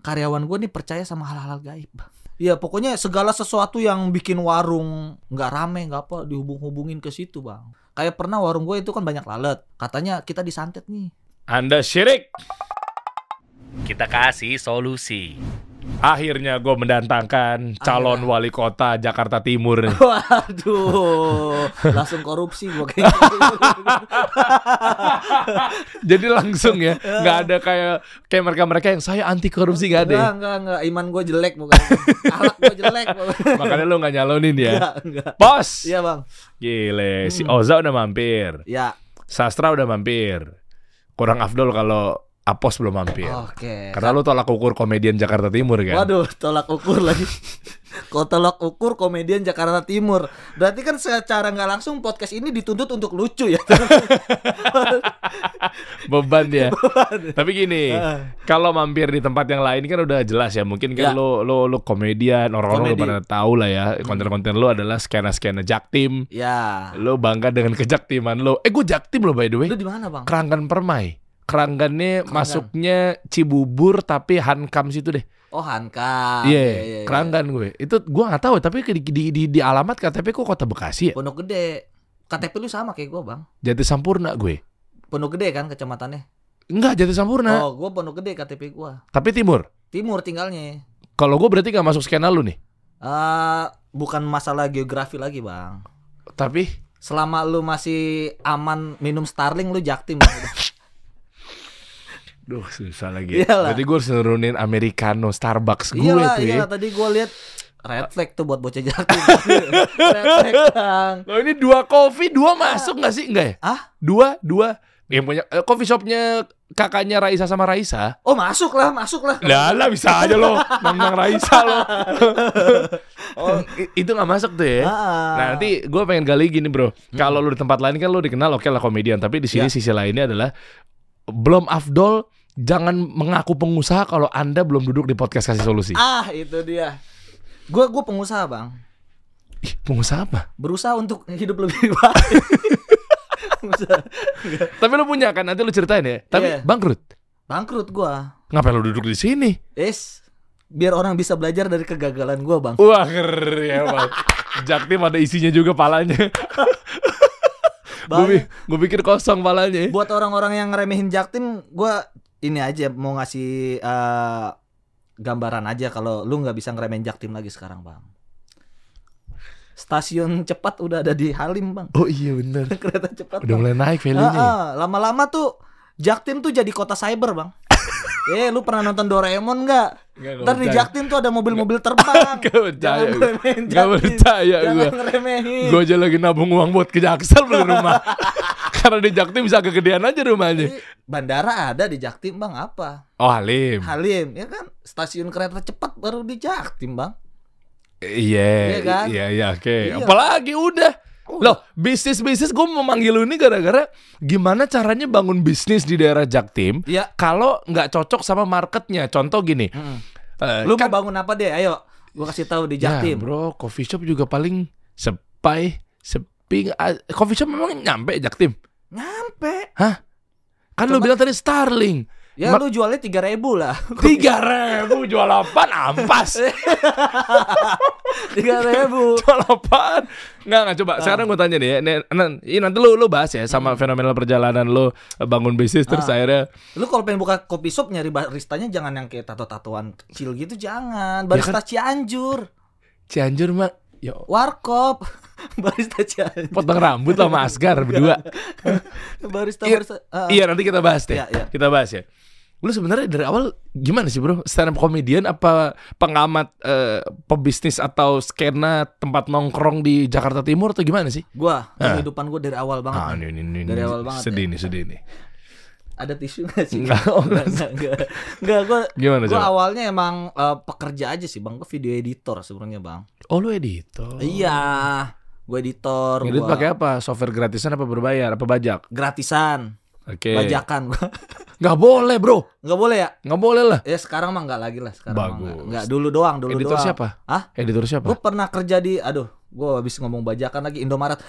karyawan gue nih percaya sama hal-hal gaib. Iya, pokoknya segala sesuatu yang bikin warung nggak rame, nggak apa, dihubung-hubungin ke situ, Bang. Kayak pernah warung gue itu kan banyak lalat. Katanya kita disantet nih. Anda syirik. Kita kasih solusi. Akhirnya gue mendatangkan calon wali kota Jakarta Timur. Waduh, langsung korupsi gue kayak gitu. Jadi langsung ya, nggak ada kayak mereka yang saya anti korupsi, nggak ada. Enggak, iman gue jelek bukan. Akhlak gue jelek. Makanya lu nggak nyalonin ya. Enggak. Bos. Iya, Bang. Gile, si Oza udah mampir. Ya. Sastra udah mampir. Kurang afdol kalau Apos belum mampir. Oke. Karena lu tolak ukur komedian Jakarta Timur kan. Waduh, tolak ukur lagi. Kau tolak ukur komedian Jakarta Timur. Berarti kan secara nggak langsung podcast ini dituntut untuk lucu ya. Beban ya. Tapi gini, kalau mampir di tempat yang lain kan udah jelas ya. Mungkin kan lu komedian, orang-orang udah pada tahu lah ya. Konten-konten lu adalah skena-skena Jaktim. Ya. Lu bangga dengan kejaktiman lu. Gue Jaktim lo by the way. Lu di mana, Bang? Keranggan Permai. Keranggannya masuknya Cibubur tapi Hankam situ deh. Oh, Hankam. Iya, Keranggan gue. Itu gue nggak tahu tapi di alamat KTP kok Kota Bekasi ya. Pondok Gede. KTP lu sama kayak gue, Bang. Jati Sampurna gue. Pondok Gede kan kecamatannya? Enggak, Jati Sampurna. Oh, gue Pondok Gede KTP gue. Tapi Timur. Timur tinggalnya. Kalau gue berarti nggak masuk skena lu nih. Bukan masalah geografi lagi, Bang. Tapi selama lu masih aman minum Starling, lu Jaktim. Duh, susah lagi. Iyalah. Berarti gue harus nurunin Americano Starbucks gue tuh ya. Iyalah, tadi gue lihat red flag tuh buat bocah Jaktim. Red flag, Bang. Loh ini 2 kopi, 2 masuk nggak sih? Enggak ya? Ah? 2 yang punya coffee shopnya kakaknya Raisa sama Raisa. Oh, masuk lah. Lah bisa aja lo nang Raisa lo. Oh, itu nggak masuk tuh ya. Nah, nanti gue pengen gali gini bro. Kalau lu di tempat lain kan lu dikenal oke lah komedian, tapi di sini sisi lainnya adalah belum afdol. Jangan mengaku pengusaha kalau Anda belum duduk di podcast Kasih Solusi. Itu dia. Gue pengusaha, Bang. Ih, pengusaha apa? Berusaha untuk hidup lebih baik. Tapi lu punya kan, nanti lu ceritain ya. Tapi bangkrut gue. Ngapain lu duduk di sini? Biar orang bisa belajar dari kegagalan gue, Bang. Wah, keren ya, Bang. Jaktim ada isinya juga palanya. Gue pikir kosong palanya. Buat orang-orang yang ngeremehin Jaktim, gue ini aja mau ngasih gambaran aja kalau lu nggak bisa ngeremehin Jaktim lagi sekarang, Bang. Stasiun cepat udah ada di Halim, Bang. Oh iya bener. Kereta cepat udah mulai naik value-nya. Lama-lama tuh Jaktim tuh jadi kota cyber, Bang. Lu pernah nonton Doraemon nggak? Ntar di Jaktim tuh ada mobil-mobil terbang. Gak percaya gue. Gue aja lagi nabung uang buat ke Jaksel beli rumah. Karena di Jaktim bisa kegedean aja rumahnya. Bandara ada di Jaktim, Bang. Apa? Oh, Halim, ya kan. Stasiun kereta cepat baru di Jaktim, Bang. Iya kan? Iya, oke. Apalagi udah. Loh, bisnis gue mau manggil lu ini gara-gara gimana caranya bangun bisnis di daerah Jaktim kalau nggak cocok sama marketnya. Contoh gini, lu mau bangun apa deh? Ayo, gue kasih tahu di Jaktim. Ya bro, coffee shop juga paling sepi. Coffee shop memang nyampe Jaktim? Nyampe. Hah? Kan lu bilang tadi Starling. Ya lu jualnya 3.000 lah. 3.000 jual apaan? Ampas. 3.000 jual apaan? Nggak coba. Sekarang gue tanya nih ya. Nanti lu bahas ya sama fenomenal perjalanan lu bangun bisnis terus akhirnya. Lu kalau pengen buka kopi shop nyari baristanya jangan yang kayak tato-tatoan kecil gitu, jangan. Barista Cianjur. Cianjur mah Warkop. Barista Cianjur. Potong rambut sama Asgar berdua. Barista. Iya nanti kita bahas deh. Iya. Kita bahas ya. Lu sebenarnya dari awal gimana sih bro? Stand up comedian apa pengamat pebisnis atau skena tempat nongkrong di Jakarta Timur atau gimana sih? Kehidupan gue dari awal banget. Ini dari awal banget. Sedih nih. Ada tisu gak sih? Enggak. Gue awalnya emang pekerja aja sih, Bang. Gue video editor sebenarnya, Bang. Oh, lu editor? Iya. Gue editor. Ngedit pakai apa? Software gratisan apa berbayar? Apa bajak? Gratisan. Oke. Bajakan. Nggak boleh bro. Nggak boleh ya? Nggak boleh lah. Ya sekarang mah nggak lagi lah. Bagus. Nggak dulu doang. Editor siapa? Hah? Editor siapa? Gue pernah kerja di, gue habis ngomong bajakan lagi, Indomaret.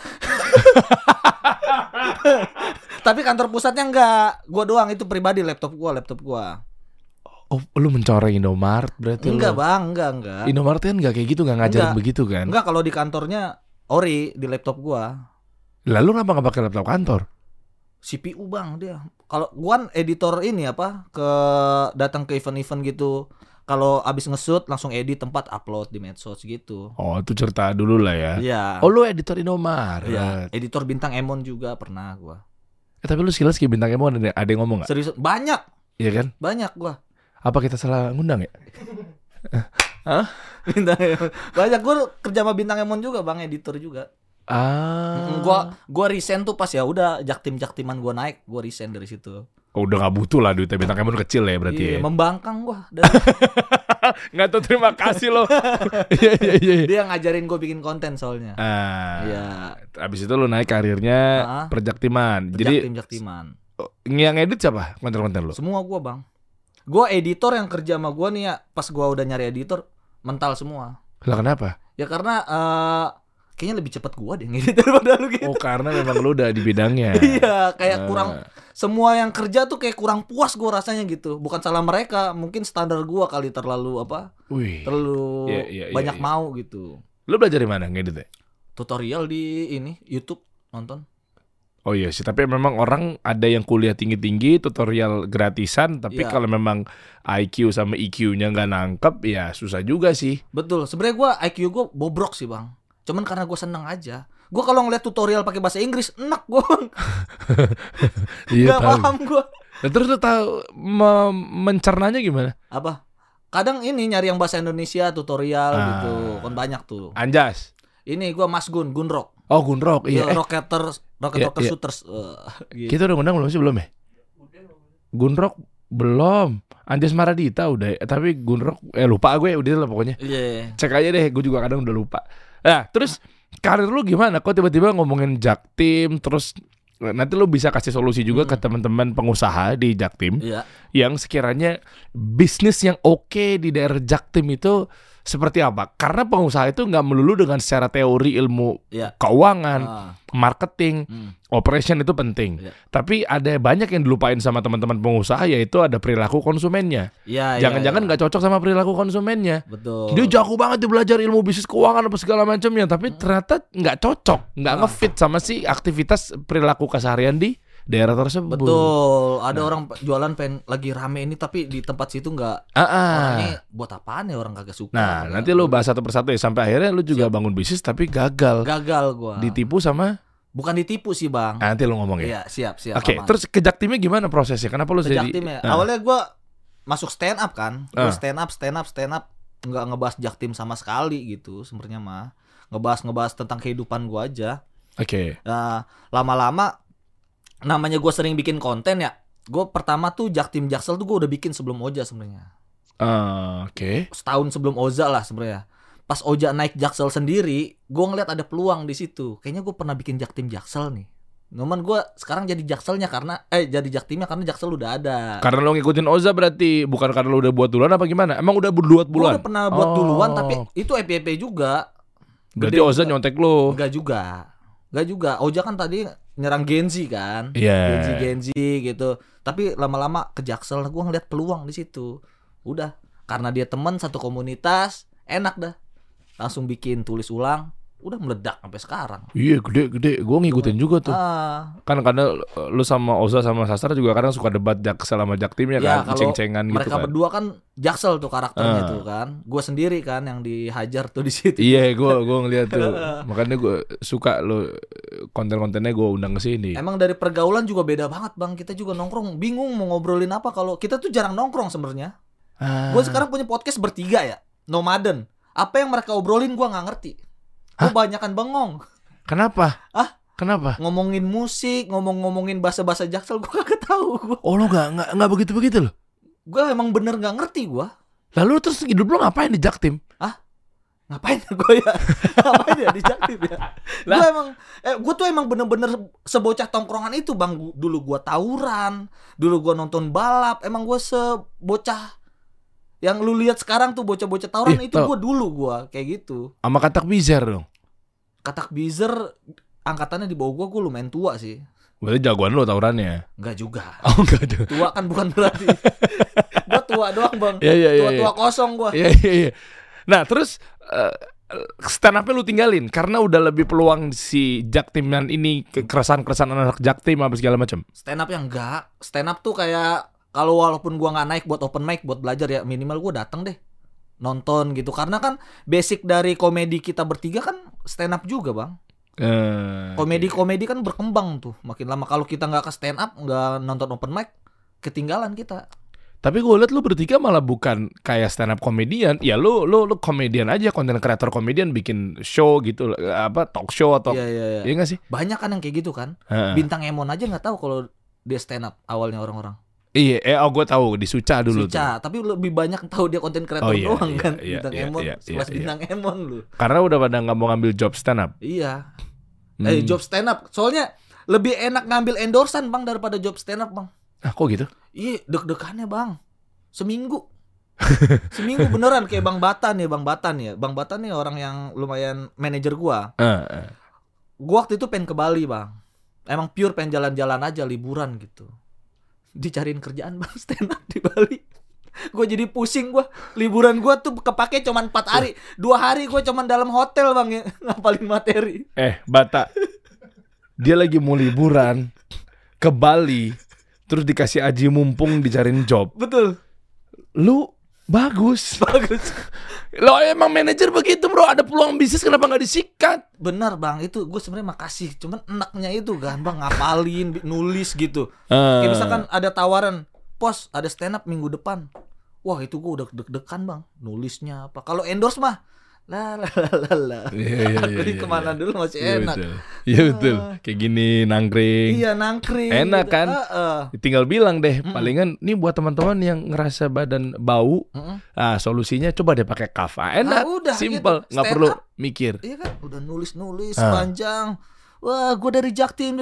Tapi kantor pusatnya enggak. Gue doang, itu pribadi, laptop gue. Oh, lu mencoreng Indomaret berarti Enggak lu. bang, enggak. Indomaret kan enggak kayak gitu, enggak ngajarin Enggak. begitu kan? Enggak, kalau di kantornya ori di laptop gua. Lalu kenapa enggak pakai laptop kantor? CPU bang dia. Kalau gua kan editor ini datang ke event-event gitu. Kalau abis nge-shoot langsung edit tempat upload di medsos gitu. Oh, itu cerita dulu lah ya. Iya. Oh, lu editor Indomaret. Iya. Editor bintang Emon juga pernah gua. Tapi lu skills kayak bintang Emon ada yang ngomong enggak? Serius banyak. Iya kan? Banyak gua. Apa kita salah ngundang ya? Hah? Bintang Emon. Banyak gua kerja sama bintang Emon juga bang, editor juga. Gua resign tuh pas ya udah jaktiman gua naik, gua resign dari situ. Oh, udah gak butuh lah duitnya bintang Emon kecil ya berarti Iya, ya. membangkang gua. Dan Nggak tahu terima kasih loh. Iya. dia ngajarin gua bikin konten soalnya. Iya. Abis itu lu naik karirnya perjaktiman. Jadi Jaktiman. yang edit siapa konten-konten lu? Semua gua bang. Gua editor yang kerja sama gua nih ya. Pas gua udah nyari editor mental semua. Lah kenapa? Ya karena kayaknya lebih cepat gua deh ngedit daripada lu gitu. Oh, karena memang lu udah di bidangnya. Iya, kayak kurang semua yang kerja tuh kayak kurang puas gua rasanya gitu. Bukan salah mereka, mungkin standar gua kali terlalu Wih. terlalu Iya, banyak iya. mau gitu. Lu belajar di mana ngedit ya? Tutorial di ini YouTube nonton. Oh iya sih, tapi memang orang ada yang kuliah tinggi-tinggi, tutorial gratisan, tapi Iya. kalau memang IQ sama EQ-nya nggak nangkep, ya susah juga sih. Betul. Sebenarnya gua IQ gua bobrok sih, Bang. Cuman karena gua seneng aja. Gua kalau ngeliat tutorial pakai bahasa Inggris, enak gua. Iya Gak tahu. paham gua. Nah, terus lu tahu mencernanya gimana? Apa? Kadang ini nyari yang bahasa Indonesia tutorial gitu. Kan banyak tuh. Anjas. Ini gua Mas Gunrock. Oh, Gunrock. Iya. Rocket Iya, iya. Shooters. Gitu. Kita udah ngundang belum sih? Belum ya? Gunrock belum. Anjas Maradita udah, tapi Gunrock lupa gue udah lah pokoknya. Iya. Cek aja deh, gue juga kadang udah lupa. Nah, terus karir lu gimana? Kok tiba-tiba ngomongin Jaktim, terus nanti lu bisa kasih solusi juga ke teman-teman pengusaha di Jaktim Iya. yang sekiranya bisnis yang oke di daerah Jaktim itu seperti apa? Karena pengusaha itu nggak melulu dengan secara teori ilmu Iya. keuangan, Ah. marketing, operation itu penting. Iya. Tapi ada banyak yang dilupain sama teman-teman pengusaha, yaitu ada perilaku konsumennya. Iya. Jangan-jangan nggak cocok sama perilaku konsumennya. Betul. Dia jago banget dia belajar ilmu bisnis keuangan apa segala macamnya, tapi ternyata nggak cocok, nggak ngefit sama si aktivitas perilaku keseharian di daerah tersebut. Betul. Ada orang jualan lagi rame ini tapi di tempat situ nggak. Orang ini buat apaan ya, orang kagak suka. Nah, nanti lu bahas satu persatu ya sampai akhirnya lu juga bangun bisnis tapi gagal. Gagal gua. Ditipu sama. Bukan ditipu sih, Bang. Nanti lu ngomong Iya, ya. siap. Oke, aman. terus ke Jaktimnya gimana prosesnya? Kenapa lu jadi? Jaktim ya. Awalnya gua masuk stand up kan. Gua stand up nggak ngebahas Jaktim sama sekali gitu sebenarnya mah. Ngebahas tentang kehidupan gua aja. Oke. Nah, lama-lama namanya gue sering bikin konten ya. Gue pertama tuh Jaktim Jaksel tuh gue udah bikin sebelum Oja sebenarnya. Oke. Setahun sebelum Oza lah sebenarnya. Pas Oja naik Jaksel sendiri, gue ngeliat ada peluang di situ. Kayaknya gue pernah bikin Jaktim Jaksel nih. Cuman gue sekarang jadi Jakselnya karena jadi Jaktimnya karena Jaksel udah ada. Karena lo ngikutin Oza berarti, bukan karena lo udah buat duluan apa gimana? Emang udah buat Gue duluan? udah pernah buat duluan tapi itu EP juga. Berarti Gede Oza juga. nyontek lo. Enggak juga. Oja kan tadi nyerang Genzi kan. Iya. Genzi gitu. Tapi lama-lama ke Jaksel gue ngeliat peluang di situ. Udah, karena dia teman satu komunitas, enak dah. Langsung bikin tulis ulang, udah meledak sampai sekarang. Iya, gede. Gue ngikutin juga tuh. Kan karena lu sama Oza sama Sastra juga kadang suka debat Jaksel sama Jaktimnya Ya, kan, kalau ceng-cengan gitu mereka kan. berdua kan Jaksel tuh karakternya tuh kan. Gue sendiri kan yang dihajar tuh di situ. Iya, gue ngeliat tuh. Makanya gue suka lo konten-kontennya gue undang ke sini. Emang dari pergaulan juga beda banget, Bang. Kita juga nongkrong bingung mau ngobrolin apa kalau kita tuh jarang nongkrong sebenarnya. Gue sekarang punya podcast bertiga ya, Nomaden. Apa yang mereka obrolin gue nggak ngerti. Gue banyakan bengong. Kenapa? Kenapa? Ngomongin musik, ngomongin bahasa-bahasa Jaksel, gue kagak tahu. Oh, lo nggak begitu loh. Gue emang bener nggak ngerti gue. Lalu terus hidup lo ngapain di Jaktim? Ngapain gue ya? Ngapain ya di Jaktim ya? Gue tuh emang bener-bener sebocah tongkrongan itu, Bang. Dulu gue tawuran, dulu gue nonton balap. Emang gue sebocah yang lu lihat sekarang tuh bocah-bocah tawuran itu gue dulu kayak gitu. Sama Katak Bizar dong. Katak Bizer angkatannya di bawah gue lumayan tua sih. Berarti jagoan lo tawurannya. Enggak juga. Oh, enggak ada. Tua kan bukan berarti. Gue tua tua doang bang. Tua-tua kosong gua. Iya. Nah terus stand up-nya lu tinggalin karena udah lebih peluang si Jaktiman ini keresahan anak Jaktim apa segala macam. Stand up yang enggak. Stand up tuh kayak kalau walaupun gua nggak naik buat open mic buat belajar ya minimal gua datang deh nonton gitu karena kan basic dari komedi kita bertiga kan stand up juga bang. Komedi kan berkembang tuh makin lama. Kalau kita nggak ke stand up nggak nonton open mic ketinggalan kita. Tapi gue liat lu bertiga malah bukan kayak stand up komedian. Ya lu komedian aja, konten kreator komedian bikin show gitu, apa talk show atau Iya nggak sih? Banyak kan yang kayak gitu kan. Bintang Emon aja nggak tahu kalau dia stand up awalnya orang-orang. Iya, gue tahu di Suca dulu tuh. Tapi lebih banyak tahu dia konten kreator doang kan. Bintang Emon, Bintang Emon lu. Karena udah pada nggak mau ngambil job stand up. Iya. Job stand up. Soalnya lebih enak ngambil endorsan bang daripada job stand up bang. Ah kok gitu? Iya deg-degannya bang. Seminggu beneran kayak Bang Batan ya. Bang Batan nih orang yang lumayan manajer gua. Gua waktu itu pengen ke Bali bang. Emang pure pengen jalan-jalan aja liburan gitu. Dicariin kerjaan bang stand up di Bali. Gue jadi pusing gua. Liburan gua tuh kepake cuman 4 hari. 2 hari gua cuman dalam hotel bang ya ngapalin materi. Bata. Dia lagi mau liburan ke Bali. Terus dikasih aji mumpung dicariin job. Betul. Lu bagus. Lo emang manajer begitu bro. Ada peluang bisnis kenapa gak disikat? Benar bang. Itu gue sebenarnya makasih. Cuman enaknya itu kan bang ngapalin, nulis gitu. Kayak misalkan ada tawaran, pos ada stand up minggu depan. Wah itu gue udah deg-degan bang. Nulisnya apa. Kalau endorse mah lah. Jadi kemana dulu masih enak. Iya betul. Kayak gini nangkring. Iya nangkring. Enak kan? Tinggal bilang deh. Palingan nih buat teman-teman yang ngerasa badan bau. Solusinya coba deh pakai kaf. Enak. Udah, simple. gitu. Nggak perlu mikir. Iya kan? Udah nulis panjang. Wah gue dari Jaktim.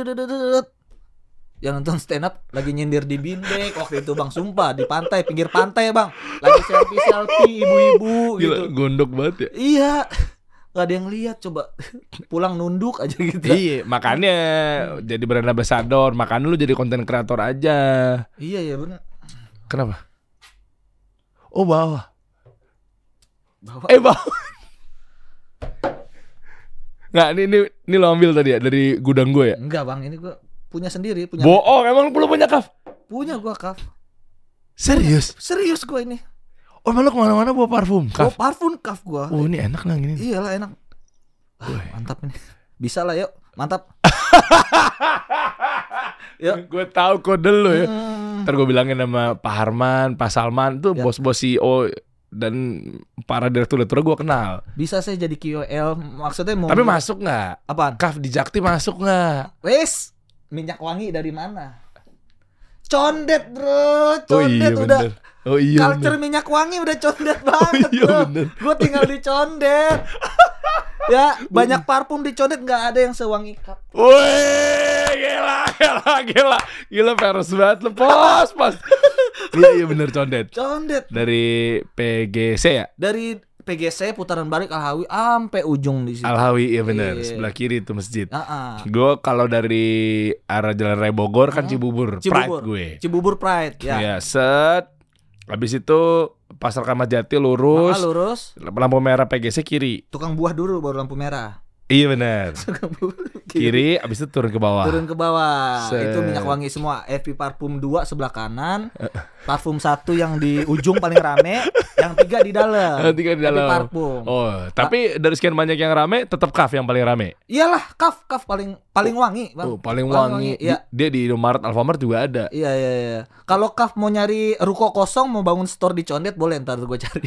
Yang nonton stand up lagi nyindir di Bindek waktu itu bang, sumpah di pantai, pinggir pantai bang, lagi selfie ibu-ibu gitu. Gila, gondok banget ya. Iya, nggak ada yang lihat, coba pulang nunduk aja gitu. Iya, makanya jadi brand ambassador, makanya lu jadi konten kreator aja. Iya benar. Kenapa? Oh bawah. Bawah. Nggak, ini lo ambil tadi ya dari gudang gue ya? Enggak bang, ini gue punya sendiri. Bohong, emang lu punya kaf? Punya gue kaf. Serius gue ini. Oh emang lu kemana-mana bawa parfum? Bawa parfum kaf gue. Oh ini enak lah gini. Iyalah enak. Mantap ini. Bisa lah yuk, mantap. Yuk. Gue tahu kode lu ya. Ntar gue bilangin sama Pak Harman, Pak Salman tuh bos-bos CEO dan para direktur gue kenal. Bisa saya jadi KOL, maksudnya mau. Tapi masuk nggak? Apaan? Kaf di Jakti masuk nggak? Wes, minyak wangi dari mana? Condet bro, condet udah. Bener. Oh iya. Culture bener. Minyak wangi udah condet banget bro. Gue tinggal di condet. Ya banyak parfum di condet nggak ada yang sewangi kaf. Wih, gila peres banget lo pos. Iya bener condet. Dari PGC ya? Dari PGC putaran balik Al-Hawi sampai ujung di situ. Al-Hawi iya benar, sebelah kiri itu masjid. Gue kalau dari arah Jalan Raya Bogor kan Cibubur Pride gue. Cibubur Pride ya. Iya, set. Habis itu Pasar Kramat Jati lurus. Lampu merah PGC kiri. Tukang buah dulu baru lampu merah. Iya benar. Kiri, abis itu turun ke bawah. Itu minyak wangi semua. FP Parfum 2 sebelah kanan. Parfum 1 yang di ujung paling rame, yang 3 di dalam. FP Parfum. Oh, tapi dari sekian banyak yang rame, tetap Kaf yang paling rame. Iyalah, Kaf paling wangi, Bang. Paling wangi. Iya. Dia di Indomaret, Alfamart juga ada. Iya. Kalau Kaf mau nyari ruko kosong, mau bangun store di Condet, boleh ntar gue cari.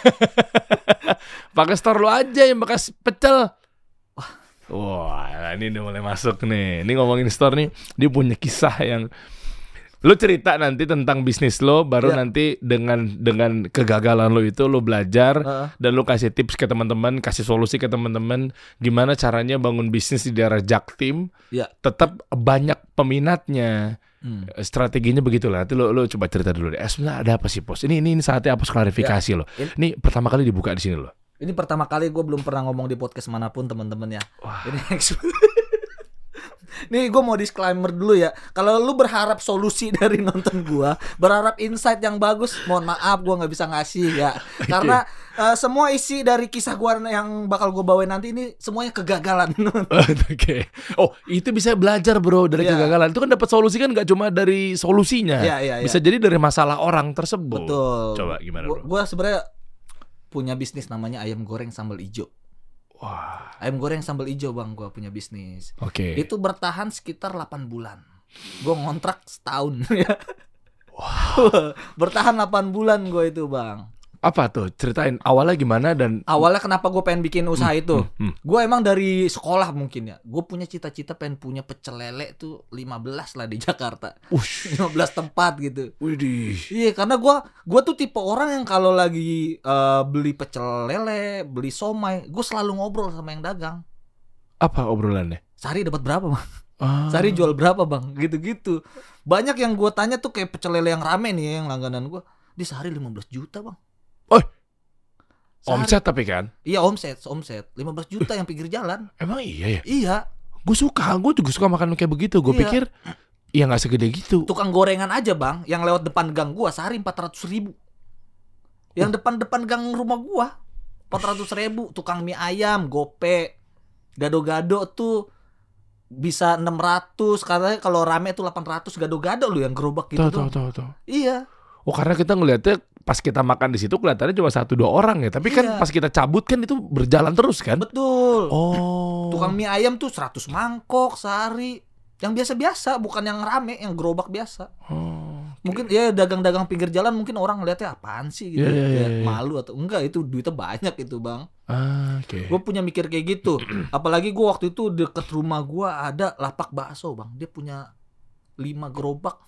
Pakai store lu aja yang bekas pecel. Wah, ini udah mulai masuk nih. Ini ngomongin store nih, dia punya kisah yang lo cerita nanti tentang bisnis lo, baru nanti dengan kegagalan lo itu lo belajar dan lo kasih tips ke teman-teman, kasih solusi ke teman-teman gimana caranya bangun bisnis di daerah Jaktim, tetap banyak peminatnya. Strateginya begitulah. Nanti lo coba cerita dulu deh. Sebenarnya ada apa sih pos? Ini saatnya apa klarifikasi lo. Ini pertama kali dibuka di sini lo. Ini pertama kali gue belum pernah ngomong di podcast manapun teman-teman ya. Wah. Ini Nih gue mau disclaimer dulu ya. Kalau lu berharap solusi dari nonton gue, berharap insight yang bagus, mohon maaf gue nggak bisa ngasih ya. Karena semua isi dari kisah gue yang bakal gue bawain nanti ini semuanya kegagalan. Oke. Oh, itu bisa belajar bro dari Iya. kegagalan. Itu kan dapat solusi kan nggak cuma dari solusinya. Iya. Bisa jadi dari masalah orang tersebut. Betul. Coba gimana bro? Gue sebenarnya punya bisnis namanya ayam goreng sambal ijo. Wah. Ayam goreng sambal ijo bang, gue punya bisnis. Oke. Itu bertahan sekitar 8 bulan. Gue ngontrak setahun ya. Bertahan 8 bulan gue itu bang. Apa tuh? Ceritain awalnya gimana dan Awalnya kenapa gue pengen bikin usaha itu? hmm. Gue emang dari sekolah mungkin ya. Gue punya cita-cita pengen punya pecel lele tuh 15 lah di Jakarta. Ush. 15 tempat gitu. Widih. Iya, karena gue tuh tipe orang yang kalau lagi beli pecel lele, beli somai, gue selalu ngobrol sama yang dagang. Apa obrolannya? Sehari dapat berapa bang? Ah. Sehari jual berapa bang? Gitu-gitu. Banyak yang gue tanya tuh kayak pecel lele yang rame nih yang langganan gue. Di sehari 15 juta bang. Oh, Sehari. omset tapi kan? Iya omset 15 juta yang pinggir jalan. Emang iya ya? Iya. Gue juga suka makan kayak begitu. Gue Iya. pikir ya nggak segede gitu. Tukang gorengan aja bang, yang lewat depan gang gua sehari 400.000. Yang depan gang rumah gua 400.000. Tukang mie ayam, gope, gado-gado tuh bisa 600. Katanya kalau rame tuh 800 gado-gado lu yang gerobak gitu tuh. Tahu. Iya. Oh karena kita ngeliatnya pas kita makan di situ kelihatannya cuma 1-2 orang ya. Tapi kan Iya. pas kita cabut kan itu berjalan terus kan? Betul. Oh. Tukang mie ayam tuh 100 mangkok sehari. Yang biasa-biasa, bukan yang rame, yang gerobak biasa. Oh. Mungkin ya dagang-dagang pinggir jalan mungkin orang ngeliatnya apaan sih gitu. Iya. Malu atau enggak, itu duitnya banyak itu bang. Ah, oke. Gue punya mikir kayak gitu. Apalagi gue waktu itu deket rumah gue ada lapak bakso bang. Dia punya 5 gerobak.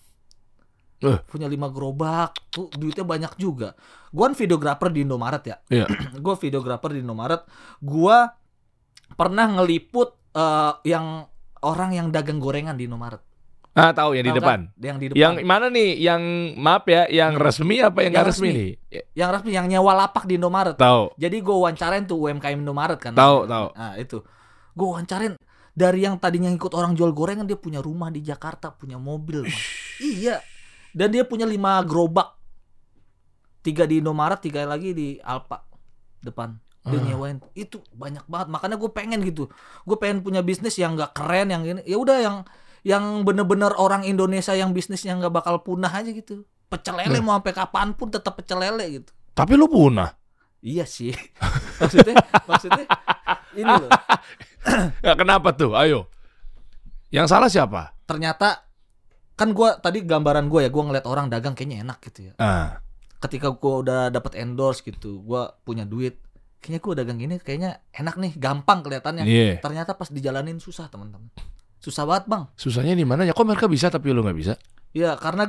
Punya 5 gerobak. Tuh duitnya banyak juga. Gue kan videografer di Indomaret ya. Iya. Gue videografer di Indomaret. Gue pernah ngeliput yang orang yang dagang gorengan di Indomaret. Ah, tahu yang di Tahu depan. kan? Yang di depan. Yang mana nih? Yang maaf ya, yang resmi apa yang nggak Yang resmi resmi. nih? Yang resmi, yang nyewa lapak di Indomaret. Tahu. Jadi gue wawancarain tuh UMKM Indomaret kan. Tahu. Nah itu. Gue wawancarain dari yang tadinya ikut orang jual gorengan, dia punya rumah di Jakarta, punya mobil. Bang. Iya. Dan dia punya 5 gerobak. 3 di Indomaret, 3 lagi di Alfa depan. Dia nyewain. Itu banyak banget. Makanya gue pengen gitu. Gue pengen punya bisnis yang gak keren, yang ini. Ya udah yang bener-bener orang Indonesia yang bisnisnya nggak bakal punah aja gitu. Pecel lele mau sampai kapanpun tetap pecel lele gitu. Tapi lu punah. Iya sih. maksudnya ini loh. Ya, kenapa tuh? Ayo. Yang salah siapa? Ternyata kan gue tadi gambaran gue ya, gue ngeliat orang dagang kayaknya enak gitu ya. Ketika gue udah dapet endorse gitu, gue punya duit, kayaknya gue dagang gini kayaknya enak nih, gampang kelihatannya. Iya. Ternyata pas dijalanin susah teman-teman. Susah banget bang. Susahnya di mana ya? Kok mereka bisa tapi lu nggak bisa? Ya karena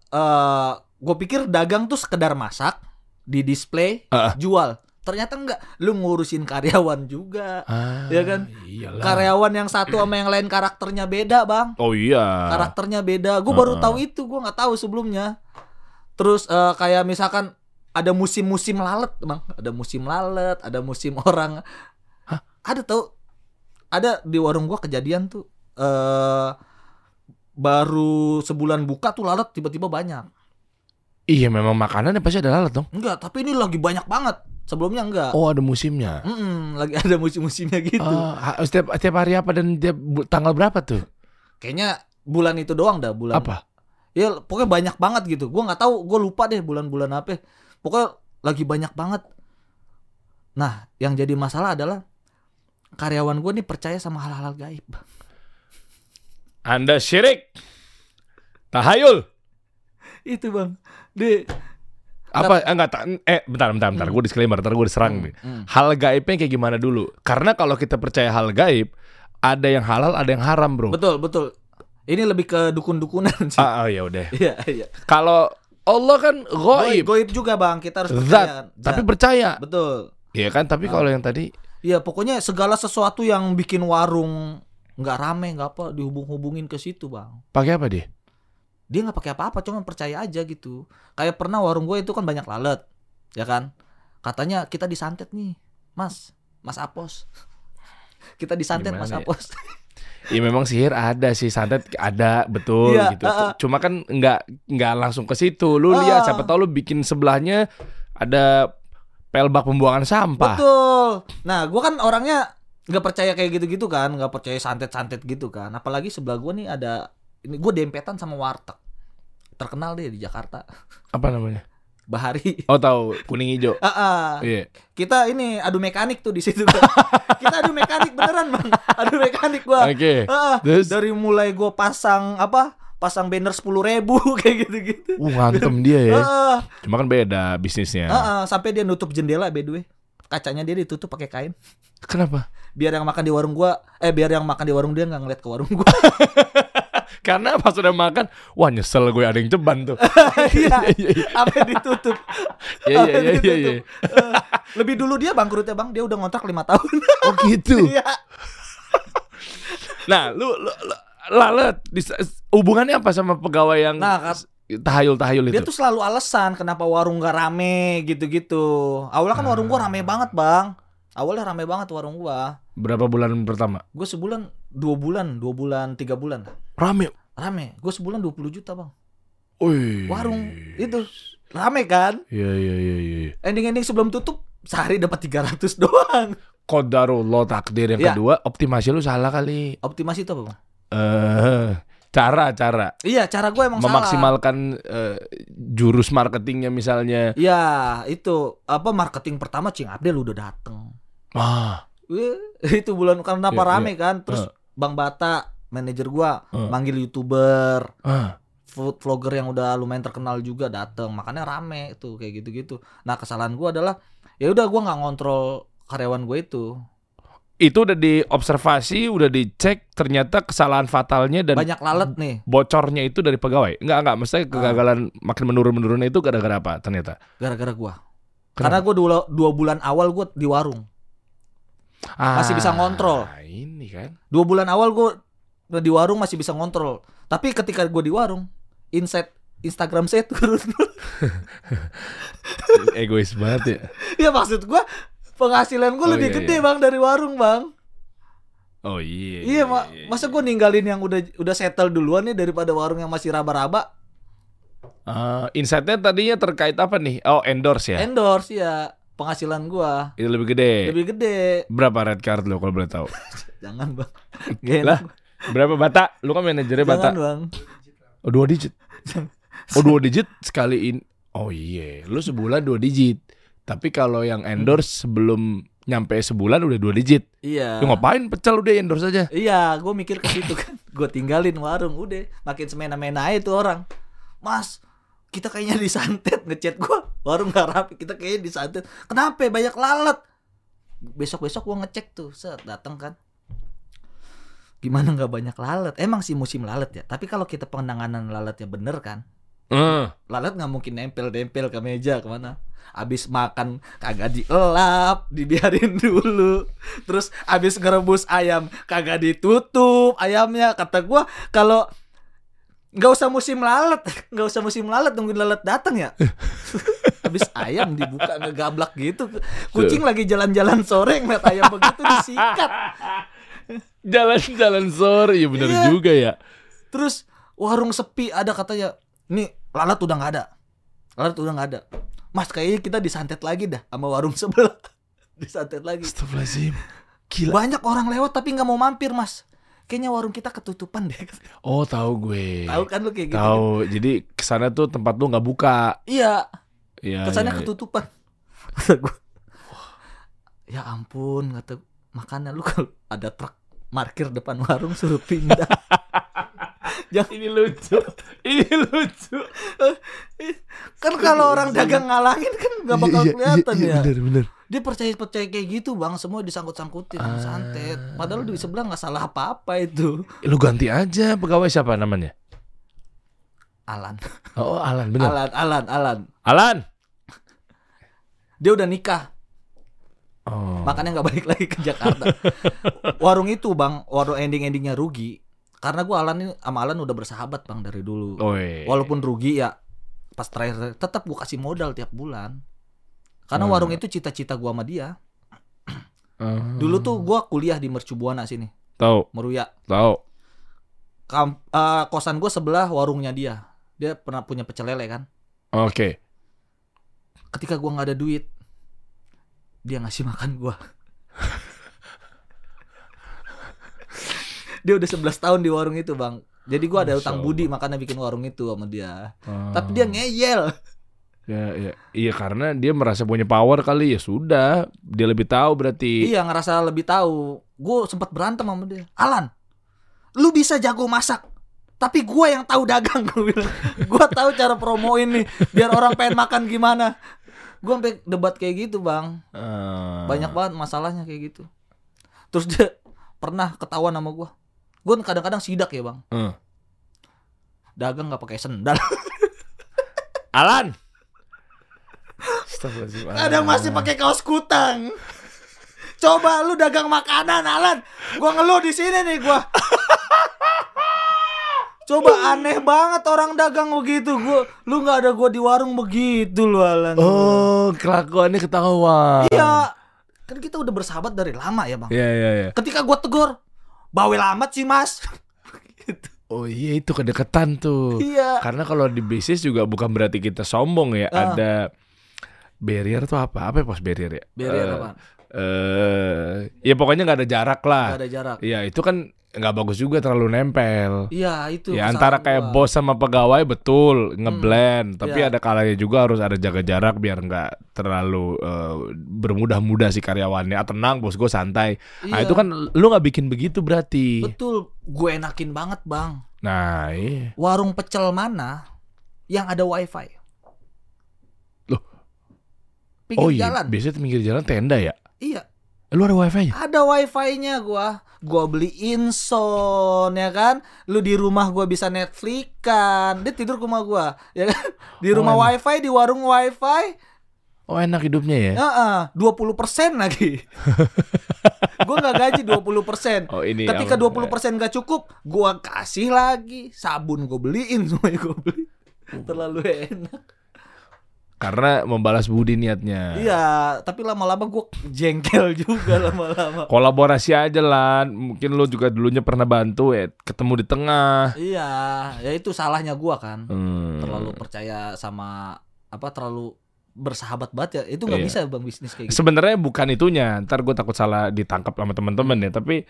gue pikir dagang tuh sekedar masak, di display, jual. Ternyata enggak, lu ngurusin karyawan juga, ya kan? Iyalah. Karyawan yang satu sama yang lain karakternya beda bang. Oh iya. Karakternya beda. Gue baru tahu itu, gue nggak tahu sebelumnya. Terus kayak misalkan ada musim-musim lalet bang, ada musim lalet, ada musim orang. Ada tau? Ada di warung gue kejadian tuh. Baru sebulan buka tuh lalat tiba-tiba banyak. Iya memang makanannya pasti ada lalat dong. Enggak, tapi ini lagi banyak banget. Sebelumnya enggak. Oh ada musimnya. Lagi ada musim-musimnya gitu. Setiap hari apa dan tanggal berapa tuh? Kayaknya bulan itu doang dah, bulan. Apa? Ya pokoknya banyak banget gitu. Gue nggak tahu, gue lupa deh bulan-bulan apa. Pokoknya lagi banyak banget. Nah, yang jadi masalah adalah karyawan gue nih percaya sama hal-hal gaib. Anda syirik. Tahayul. Itu bang. Apa bentar gue disclaimer, ntar gue diserang nih. Hal gaibnya kayak gimana dulu? Karena kalau kita percaya hal gaib, ada yang halal, ada yang haram, bro. Betul. Ini lebih ke dukun-dukunan sih. Ya udah. Iya. Kalau Allah kan gaib. Gaib juga bang, kita harus Zat, percaya. tapi percaya. Betul. Iya kan, tapi kalau yang tadi, ya pokoknya segala sesuatu yang bikin warung nggak rame, nggak apa, dihubung-hubungin ke situ bang. pakai apa dia? Dia nggak pakai apa-apa, cuma percaya aja gitu. Kayak pernah warung gue itu kan banyak lalat, ya kan? Katanya kita disantet nih, Mas Apos. Kita disantet Gimana Mas ya? Apos. Ya memang sihir ada sih, santet ada betul Iya, gitu. Cuma kan nggak langsung ke situ. Lu lihat siapa tahu lu bikin sebelahnya ada pelbak pembuangan sampah. Betul. Nah, gua kan orangnya nggak percaya kayak gitu-gitu kan, nggak percaya santet-santet gitu kan. Apalagi sebelah gua nih ada, ini gua dempetan sama warteg terkenal deh di Jakarta. Apa namanya? Bahari. Oh tahu, kuning hijau. Iya. Kita ini adu mekanik tuh di situ. Kita adu mekanik beneran bang. Adu mekanik gua. Oke. Terus? Dari mulai gua pasang banner 10.000 kayak gitu-gitu. Ngantem dia ya. Cuma kan beda bisnisnya. Sampai dia nutup jendela by the way. Kacanya dia ditutup pakai kain. Kenapa? Biar yang makan di warung dia nggak ngeliat ke warung gua. Karena pas udah makan, wah nyesel gue ada yang ceban tuh. Iya. Sampai ditutup. Iya. Lebih dulu dia bangkrutnya bang, dia udah ngontrak 5 tahun. Oh gitu. Iya. Nah, lu lalat hubungannya apa sama pegawai yang tahayul-tahayul itu? Dia tuh selalu alasan kenapa warung gak rame gitu-gitu. Awalnya kan warung gua rame banget bang. Awalnya rame banget warung gua. Berapa bulan pertama? Gue sebulan 2 bulan 3 bulan. Rame. Gue sebulan 20 juta bang. Wih. Warung itu rame kan? Iya. Ending sebelum tutup sehari dapat 300 doang. Qadarullah takdir yang kedua, optimasi lu salah kali. Optimasi itu apa bang? Cara. Iya, cara gue emang memaksimalkan jurus marketingnya misalnya. Iya, itu marketing pertama Cing Abdel udah dateng. Itu bulan kenapa rame kan? Terus Bang Bata, manajer gua, manggil YouTuber, food vlogger yang udah lumayan terkenal juga dateng. Makanya rame tuh kayak gitu-gitu. Nah, kesalahan gua adalah ya udah gua nggak ngontrol karyawan gue itu. Itu udah diobservasi, udah dicek, ternyata kesalahan fatalnya dan banyak lalat nih. Bocornya itu dari pegawai. Enggak, maksudnya kegagalan makin menurun itu gara-gara apa ternyata? Gara-gara gua. Karena gua 2 bulan awal gua di warung. Masih bisa ngontrol. Ini kan. 2 bulan awal gua di warung masih bisa ngontrol. Tapi ketika gua di warung, Instagram saya turun. Egois banget ya. Ya maksud gua penghasilan gue lebih gede bang dari warung bang. Oh iya. Iya masa gue ninggalin yang udah settle duluan nih daripada warung yang masih raba-raba. Insightnya tadinya terkait apa nih? Oh endorse ya. Endorse ya. Penghasilan gue itu lebih gede. Lebih gede. Berapa red card lo kalau boleh tahu? Jangan bang. Lah berapa Bata? Lu kan manajernya Bata. Jangan bang. Oh 2 digit. Oh 2 digit sekaliin. Oh iya. Lu sebulan 2 digit. Tapi kalau yang endorse sebelum nyampe sebulan udah 2 digit. Iya. Lu ngapain pecel udah endorse aja? Iya, gue mikir ke situ kan. Gue tinggalin warung udah, makin semena-mena aja tuh orang. Mas, kita kayaknya disantet, ngechat gue. Warung gak rapi, kita kayaknya disantet. Kenapa? Banyak lalat. Besok-besok gue ngecek tuh, datang kan. Gimana gak banyak lalat? Emang sih musim lalat ya. Tapi kalau kita penanganan lalatnya bener kan, lalat gak mungkin nempel-nempel ke meja kemana. Abis makan kagak dielap, dibiarin dulu. Terus abis ngerebus ayam kagak ditutup ayamnya. Kata gua kalau nggak usah musim lalat nungguin lalat datang ya. Abis ayam dibuka ngegablak gitu. Kucing lagi jalan-jalan sore ngeliat ayam begitu disikat. Jalan-jalan sore, ya benar juga ya. Terus warung sepi ada katanya. Nih lalat udah nggak ada. Mas kayaknya kita disantet lagi dah sama warung sebelah. Disantet lagi. Astagfirullahaladzim. Gila. Banyak orang lewat tapi nggak mau mampir mas. Kayaknya warung kita ketutupan deh. Oh tahu gue. Tahu kan lu kayak gitu. Tahu. Jadi kesana tuh tempat lu nggak buka. Iya. Iya. Kesannya ketutupan. Kata gue. Ya ampun kata. Makanya lu kalau ada truk parkir depan warung suruh pindah. Ini lucu. Kan kalau orang dagang ngalangin kan gak bakal kelihatan ya. Bener. Dia percaya kayak gitu bang. Semua disangkut-sangkutin santet. Padahal di sebelah gak salah apa-apa itu. Lu ganti aja pegawai siapa namanya? Alan. Oh Alan bener. Alan. Dia udah nikah. Oh. Makanya gak balik lagi ke Jakarta. Warung itu bang, warung ending-endingnya rugi. Karena gue sama Alan udah bersahabat bang dari dulu. Walaupun rugi ya, pas terakhir tetap gue kasih modal tiap bulan. Karena warung itu cita-cita gue sama dia. Dulu tuh gue kuliah di Mercu Buana sini. Tahu. Meruya. Tahu. Kosan gue sebelah warungnya dia. Dia pernah punya pecel lele kan. Oke. Ketika gue nggak ada duit, dia ngasih makan gue. Dia udah 11 tahun di warung itu bang. Jadi gue ada utang budi makanya bikin warung itu sama dia. Tapi dia ngeyel. Ya. Iya karena dia merasa punya power kali ya sudah. Dia lebih tahu berarti. Iya ngerasa lebih tahu. Gue sempat berantem sama dia. Alan, lu bisa jago masak. Tapi gue yang tahu dagang. Gue bilang. Gue tahu cara promoin nih. Biar orang pengen makan gimana. Gue sampai debat kayak gitu bang. Banyak banget masalahnya kayak gitu. Terus dia pernah ketahuan sama gue. Gue kadang-kadang sidak ya bang. Dagang nggak pakai sendal. Alan. Kadang masih pakai kaos kutang. Coba lu dagang makanan Alan. Gue ngeluh di sini nih gue. Coba aneh banget orang dagang begitu. Lu nggak ada gue di warung begitu lu Alan. Oh kelakuannya ketahuan. Iya. Kan kita udah bersahabat dari lama ya bang. Iya. Ketika gue tegur, bawel amat sih mas. Gitu. Oh iya itu kedekatan tuh. Iya. Karena kalau di bisnis juga bukan berarti kita sombong ya. Ada barrier tuh apa? Apa post barrier ya? Barrier apa? Ya pokoknya nggak ada jarak lah. Nggak ada jarak. Iya itu kan nggak bagus juga terlalu nempel. Iya itu. Ya antara kayak bos sama pegawai betul ngeblend. Tapi ada kalanya juga harus ada jaga jarak biar nggak terlalu bermudah-mudah si karyawannya. Tenang bos gue santai. Iya. Nah itu kan lu nggak bikin begitu berarti. Betul. Gue enakin banget bang. Nah iya. Warung pecel mana yang ada wifi? Loh. Pinggir jalan. Biasanya pinggir jalan tenda ya? Iya. Lu ada wifi-nya? Ada wifi-nya gua beli Inson ya kan. Lu di rumah gua bisa Netflix-kan. Dia tidur ke rumah gua ya kan. Di rumah wifi, di warung wifi. Oh enak hidupnya ya? 20% lagi. Gua gak gaji 20%. Oh, ini ketika 20% gak cukup, gua kasih lagi. Sabun gua beliin, semuanya gua beli. Terlalu enak. Karena membalas budi niatnya. Iya, tapi lama-lama gue jengkel juga lama-lama. Kolaborasi aja lah. Mungkin lo juga dulunya pernah bantu ketemu di tengah. Iya, ya itu salahnya gue kan. Terlalu percaya sama terlalu bersahabat banget ya. Itu nggak bisa bang bisnis kayak gitu. Sebenarnya bukan itunya. Ntar gue takut salah ditangkap sama teman-teman ya. Tapi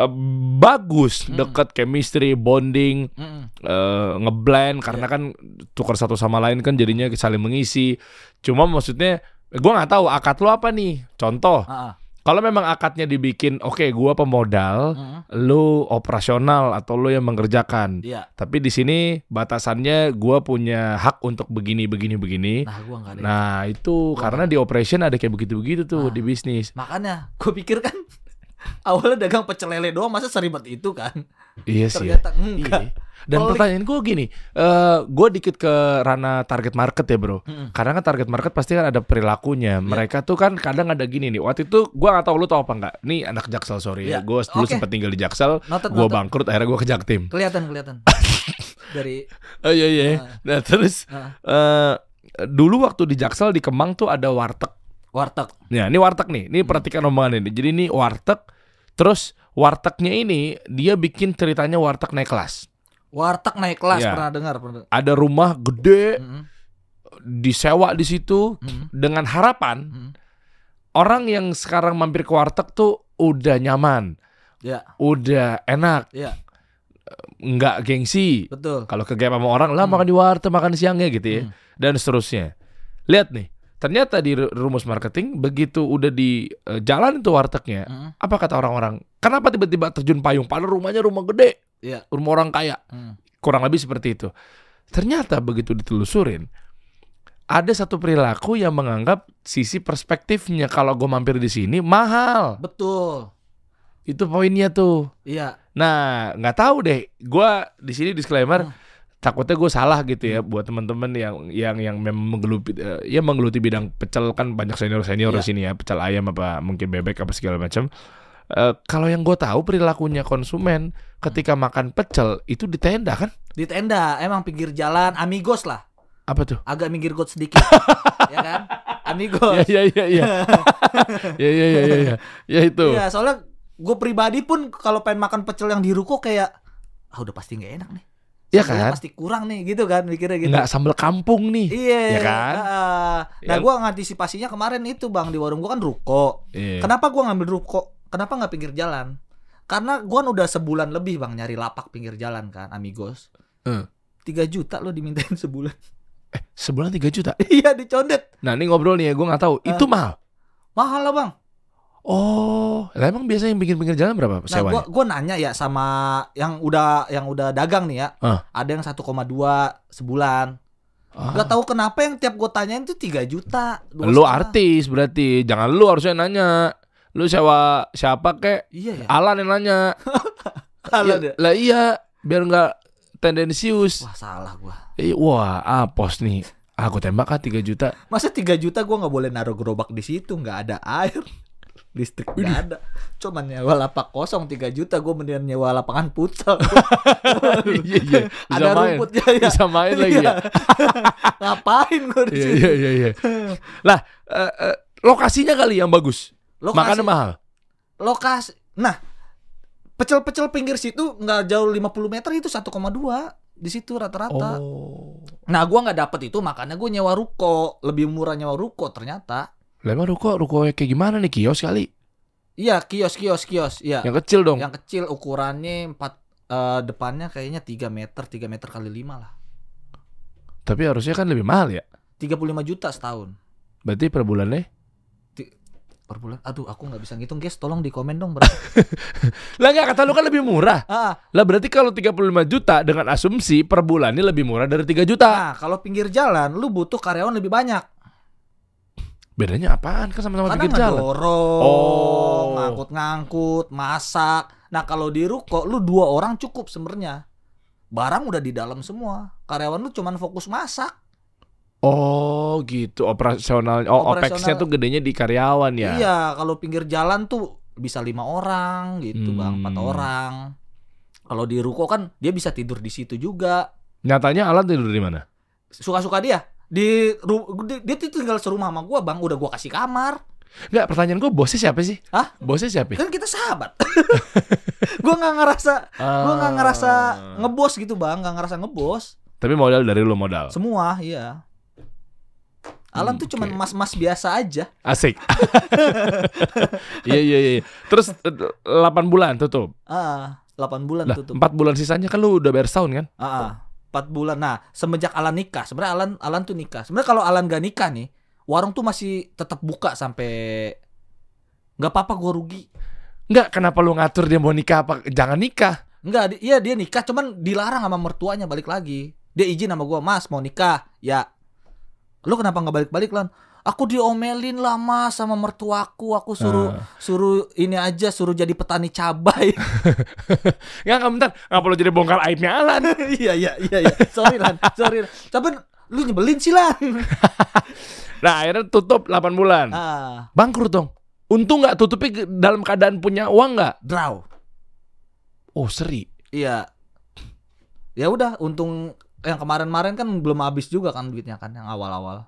bagus deket chemistry, bonding, ngeblend karena kan tukar satu sama lain kan jadinya saling mengisi. Cuma maksudnya gue nggak tahu akad lo apa nih. Contoh. Kalau memang akadnya dibikin, oke, gua pemodal, lu operasional atau lu yang mengerjakan. Iya. Tapi di sini batasannya gua punya hak untuk begini. Nah, gua nggak ada. Nah, itu karena di operation ada kayak begitu-begitu tuh di bisnis. Makanya, gua pikir kan awalnya dagang pecel lele doang, masa seribet itu kan? Iya sih. Ternyata enggak. Iya. Dan pertanyaan gue gini, gue dikit ke ranah target market ya bro. Karena kan target market pasti kan ada perilakunya. Mereka tuh kan kadang ada gini nih. Waktu itu gue gak tahu lu tau apa nggak. Nih anak Jaksel sorry ya. Gue dulu sempat tinggal di Jaksel. Gue bangkrut akhirnya gue ke Jaktim. Kelihatan. Dari. Oh iya. Nah terus dulu waktu di Jaksel di Kemang tuh ada warteg. Ya ini warteg nih. Ini perhatikan omongan ini. Jadi ini warteg. Terus wartegnya ini dia bikin ceritanya warteg naik kelas. Warteg naik kelas ya. Pernah dengar. Ada rumah gede disewa di situ dengan harapan orang yang sekarang mampir ke warteg tuh udah nyaman, udah enak, nggak gengsi. Betul. Kalau ke game sama orang lah makan di warteg, makan siangnya gitu ya, dan seterusnya. Lihat nih, ternyata di rumus marketing begitu udah di jalan itu wartegnya, apa kata orang-orang? Kenapa tiba-tiba terjun payung? Padahal rumahnya rumah gede. Rumah orang kaya. Kurang lebih seperti itu. Ternyata begitu ditelusurin, ada satu perilaku yang menganggap sisi perspektifnya kalau gue mampir di sini mahal. Betul. Itu poinnya tuh. Iya. Nah, nggak tahu deh. Gue di sini disclaimer, takutnya gue salah gitu ya buat teman-teman yang memang menggeluti bidang pecel, kan banyak senior di sini ya, pecel ayam apa mungkin bebek apa segala macam. Kalau yang gue tahu perilakunya konsumen ketika makan pecel itu di tenda kan? Di tenda, emang pinggir jalan, amigos lah. Apa tuh? Agak minggir got sedikit, ya kan? Amigos. Iya. Ya itu. Iya, soalnya Gue pribadi pun kalau pengen makan pecel yang di ruko kayak udah pasti nggak enak nih. Iya Sambelnya kan? pasti kurang nih gitu kan mikirnya gitu. Nggak sambal kampung nih. Iya Ya kan? Nah Ya. gue ngantisipasinya kemarin itu bang, di warung gue kan ruko. Iya. Kenapa gue ngambil ruko? Kenapa nggak pinggir jalan? Karena gue kan udah sebulan lebih bang nyari lapak pinggir jalan kan, amigos. 3 juta lo dimintain sebulan. Sebulan 3 juta. Iya dicondet. Nah ini ngobrol nih ya, gue nggak tahu. Itu mahal. Mahal lah bang. Oh, lah emang biasanya yang pinggir-pinggir jalan berapa Nah sewanya? gue nanya ya sama yang udah dagang nih ya. Ada yang 1,2 sebulan. Gak tahu kenapa yang tiap gue tanyain tuh 3 juta. Lu artis berarti, jangan lu harusnya nanya. Lu sewa siapa kek? Iya ya. Alan yang nanya. Alan ya? Lah iya, biar nggak tendensius. Wah salah gue. Wah, apos nih. Aku tembak kan 3 juta. Masa 3 juta gue gak boleh naruh gerobak di situ, nggak ada air, listrik nggak ada. Cuman nyewa lapak kosong 3 juta, gue mendingan nyewa lapangan futsal. Iya. Bisa Ada main. rumputnya ya. Bisa main lagi ya. Ngapain gue di sini? Iya. Lah, lokasinya kali yang bagus. Makannya mahal. Lokasi. Nah, pecel-pecel pinggir situ nggak jauh 50 meter itu 1,2 di situ rata-rata. Oh. Nah, gua nggak dapet itu, makanya gue nyewa ruko, lebih murah nyewa ruko ternyata. Lah emang ruko kayak gimana nih, kios kali? Iya, kios. Iya. Yang kecil dong. Yang kecil ukurannya 4 depannya kayaknya 3 meter kali 5 lah. Tapi harusnya kan lebih mahal ya. 35 juta setahun. Berarti per bulannya? Per bulan. Aduh, aku nggak bisa ngitung, guys. Tolong di komen dong berapa. Lah enggak, kata lu kan lebih murah. Ah, Lah berarti kalau 35 juta dengan asumsi per bulannya lebih murah dari 3 juta. nah, kalau pinggir jalan lu butuh karyawan lebih banyak. Bedanya apaan? Kan sama-sama Karena pinggir jalan. ngedorong, ngangkut-ngangkut, masak. Nah, kalau di ruko lu 2 orang cukup sebenarnya. Barang udah di dalam semua. Karyawan lu cuman fokus masak. Oh gitu, operasional. OPEX-nya tuh gedenya di karyawan ya. Iya, kalau pinggir jalan tuh bisa 5 orang gitu, Bang, 4 orang. Kalau di ruko kan dia bisa tidur di situ juga. Nyatanya Alan tidur di mana? Suka-suka dia. Dia tuh tinggal serumah sama gua, Bang. Udah gua kasih kamar. Enggak, pertanyaan gue bosnya siapa sih? Hah? Bosnya siapa? Kan kita sahabat. Gua nggak ngerasa ngebos gitu, Bang. Nggak ngerasa ngebos. Tapi modal dari lu modal. Semua, iya. Alan tuh cuman mas-mas biasa aja. Asik. Iya. Terus 8 bulan tutup. 8 bulan Lah, tutup. 4 bulan sisanya kan lu udah bayar setahun kan? 4 bulan. Nah, semenjak Alan nikah, sebenarnya Alan tuh nikah. Sebenarnya kalau Alan gak nikah nih, warung tuh masih tetap buka sampai nggak apa-apa, gua rugi. Enggak, kenapa lu ngatur dia mau nikah apa? Jangan nikah. Enggak, iya dia nikah, cuman dilarang sama mertuanya balik lagi. Dia izin sama gua, "Mas, mau nikah." Ya. Lu kenapa nggak balik-balik, Lan? Aku diomelin lah, Mas, sama mertuaku. Aku suruh ini aja, suruh jadi petani cabai. Enggak, bentar. Enggak perlu jadi bongkar aibnya Alan. Iya. Sorry, Lan. Tapi lu nyebelin sih, Lan. Nah, akhirnya tutup 8 bulan. Bangkrut dong. Untung nggak tutupi dalam keadaan punya uang nggak? Draw. Oh, seri. Iya. Ya udah, untung yang kemarin-kemarin kan belum habis juga kan duitnya kan yang awal-awal.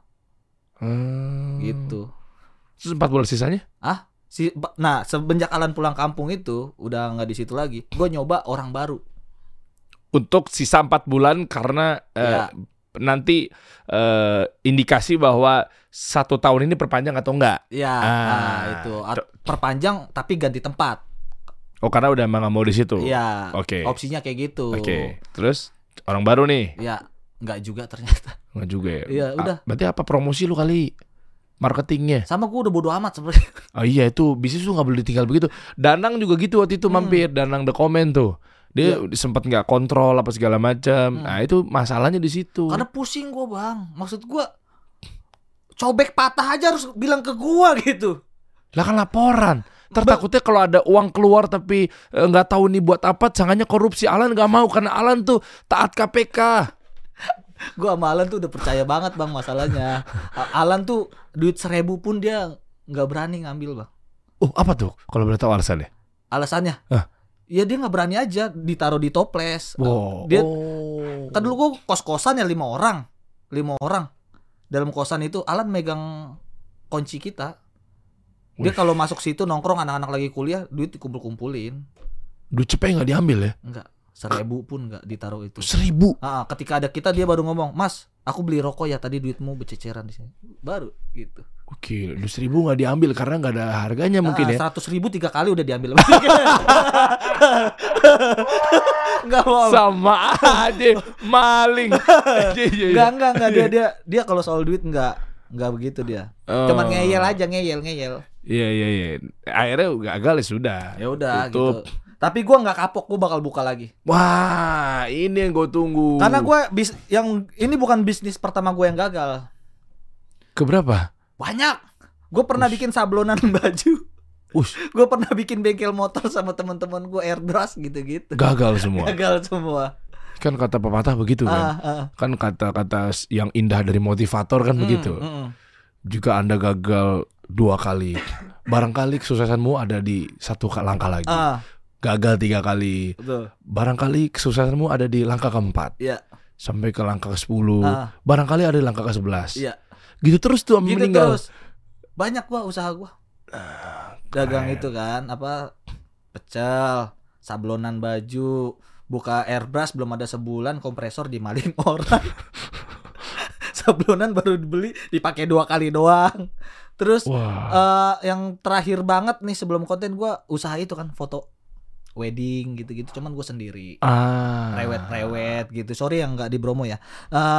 Gitu. Terus 4 bulan sisanya? Nah, semenjak Alan pulang kampung itu udah nggak di situ lagi. Gue nyoba orang baru. Untuk sisa 4 bulan karena nanti indikasi bahwa 1 tahun ini perpanjang atau enggak? Iya, itu perpanjang tapi ganti tempat. Oh, karena udah emang nggak mau di situ. Iya. Oke. Opsinya kayak gitu. Oke. Terus orang baru nih? Ya, nggak juga ternyata. Nggak juga ya? Iya, udah. Berarti apa promosi lu kali? Marketingnya? Sama gue udah bodo amat sebenarnya. Oh iya, itu bisnis lu nggak boleh ditinggal begitu. Danang juga gitu waktu itu mampir. Danang The Comment tuh. Dia sempat nggak kontrol apa segala macam. Nah itu masalahnya di situ. Karena pusing gue, Bang. Maksud gue cobek patah aja harus bilang ke gue gitu. Lah kan laporan. Takutnya kalau ada uang keluar tapi nggak tahu nih buat apa, jangannya korupsi. Alan nggak mau karena Alan tuh taat KPK. Gue sama Alan tuh udah percaya banget, Bang, masalahnya. Alan tuh duit 1.000 pun dia nggak berani ngambil, Bang. Oh, apa tuh kalau boleh tahu alasannya? Alasannya? Ya dia nggak berani aja ditaruh di toples. Wow. Dia kan dulu gue kos-kosan ya 5 orang. Dalam kosan itu Alan megang kunci kita. Dia kalau masuk situ nongkrong anak-anak lagi kuliah, duit dikumpul-kumpulin. Duit cepet nggak diambil ya? Enggak, 1.000 pun enggak ditaruh itu. 1.000. Ketika ada kita dia baru ngomong, "Mas, aku beli rokok ya, tadi duitmu bececeran di sini." Baru gitu. Oke, 1.000 nggak diambil karena nggak ada harganya mungkin ya. 100.000 3 kali udah diambil. Enggak mau. Sama aja maling. Enggak dia kalau soal duit enggak begitu dia. Cuman ngeyel aja, ngeyel. Iya. Akhirnya gagal ya sudah. Ya udah tutup. gitu. Tapi gua enggak kapok, gua bakal buka lagi. Wah, ini yang gue tunggu. Karena gua yang ini bukan bisnis pertama gua yang gagal. Keberapa? Banyak. Gue pernah bikin sablonan baju. Gue pernah bikin bengkel motor sama teman-teman gue, airbrush gitu-gitu. Gagal semua. Kan kata pepatah begitu kan. Kan kata-kata yang indah dari motivator kan begitu. Jika Anda gagal 2 kali, barangkali kesuksesanmu ada di 1 langkah lagi. Gagal 3 kali. Betul. Barangkali kesuksesanmu ada di langkah keempat. Iya. Sampai ke langkah ke-10. Barangkali ada di langkah ke-11. Iya. Gitu terus tuh sampai meninggal. Terus. Banyak gua usaha gua. Dagang itu kan, pecel, sablonan baju, buka airbrush belum ada sebulan, kompresor dimalin orang. Sablonan baru dibeli dipakai 2 kali doang. Terus yang terakhir banget nih sebelum konten gua usaha itu kan foto wedding gitu-gitu, cuman gue sendiri. Rewet gitu. Sorry yang nggak di Bromo ya.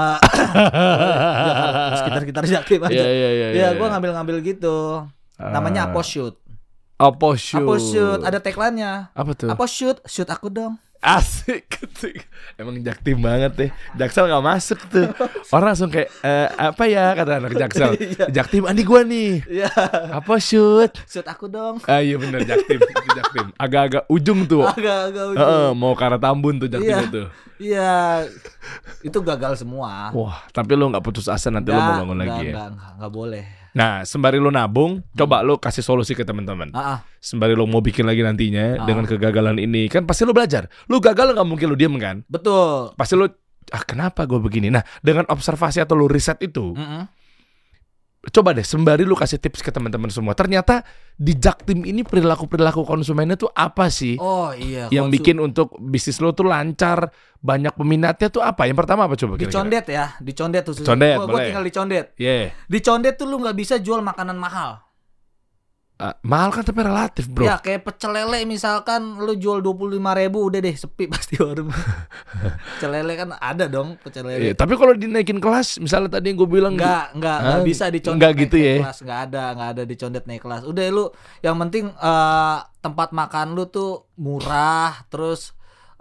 Sekitar Jaktim aja. Iya, gue ngambil gitu. Namanya Aposhoot. Aposhoot. Ada tagline-nya. Apa tuh? Aposhoot, shoot aku dong. Asik. Emang Jaktim banget deh. Jaksel gak masuk tuh. Orang langsung kayak apa ya kata anak Jaksel. Jaktim Andi gua nih. Apa shoot aku dong. Iya bener Jaktim. Agak-agak ujung tuh. Agak ujung. Mau ke arah Tambun tuh Jaktim itu. Iya. Itu gagal semua. Wah, tapi lo gak putus asa nanti lo mau bangun lagi ya. Enggak boleh. Nah, sembari lo nabung, coba lo kasih solusi ke teman-teman. Sembari lo mau bikin lagi nantinya dengan kegagalan ini, kan pasti lo belajar. Lo gagal nggak mungkin lo diem kan? Betul. Pasti lo, kenapa gue begini? Nah, dengan observasi atau lo riset itu, coba deh sembari lo kasih tips ke teman-teman semua. Ternyata di Jaktim ini perilaku konsumennya tuh apa sih? Oh iya. Yang bikin untuk bisnis lo tuh lancar, banyak peminatnya tuh apa? Yang pertama apa coba? Dicondet ya, dicondet tuh. Condet, gue tinggal dicondet. Yeah. Dicondet tuh lu nggak bisa jual makanan mahal. Mahal kan tapi relatif bro. Ya kayak pecel lele misalkan lu jual 25.000 udah deh sepi pasti warung. Pecel lele kan ada dong pecel lele. Tapi kalau dinaikin kelas misalnya tadi yang gue bilang nggak bisa dicondet. Nggak gitu ya. Kelas nggak ada dicondet naik kelas. Udah lu yang penting tempat makan lu tuh murah terus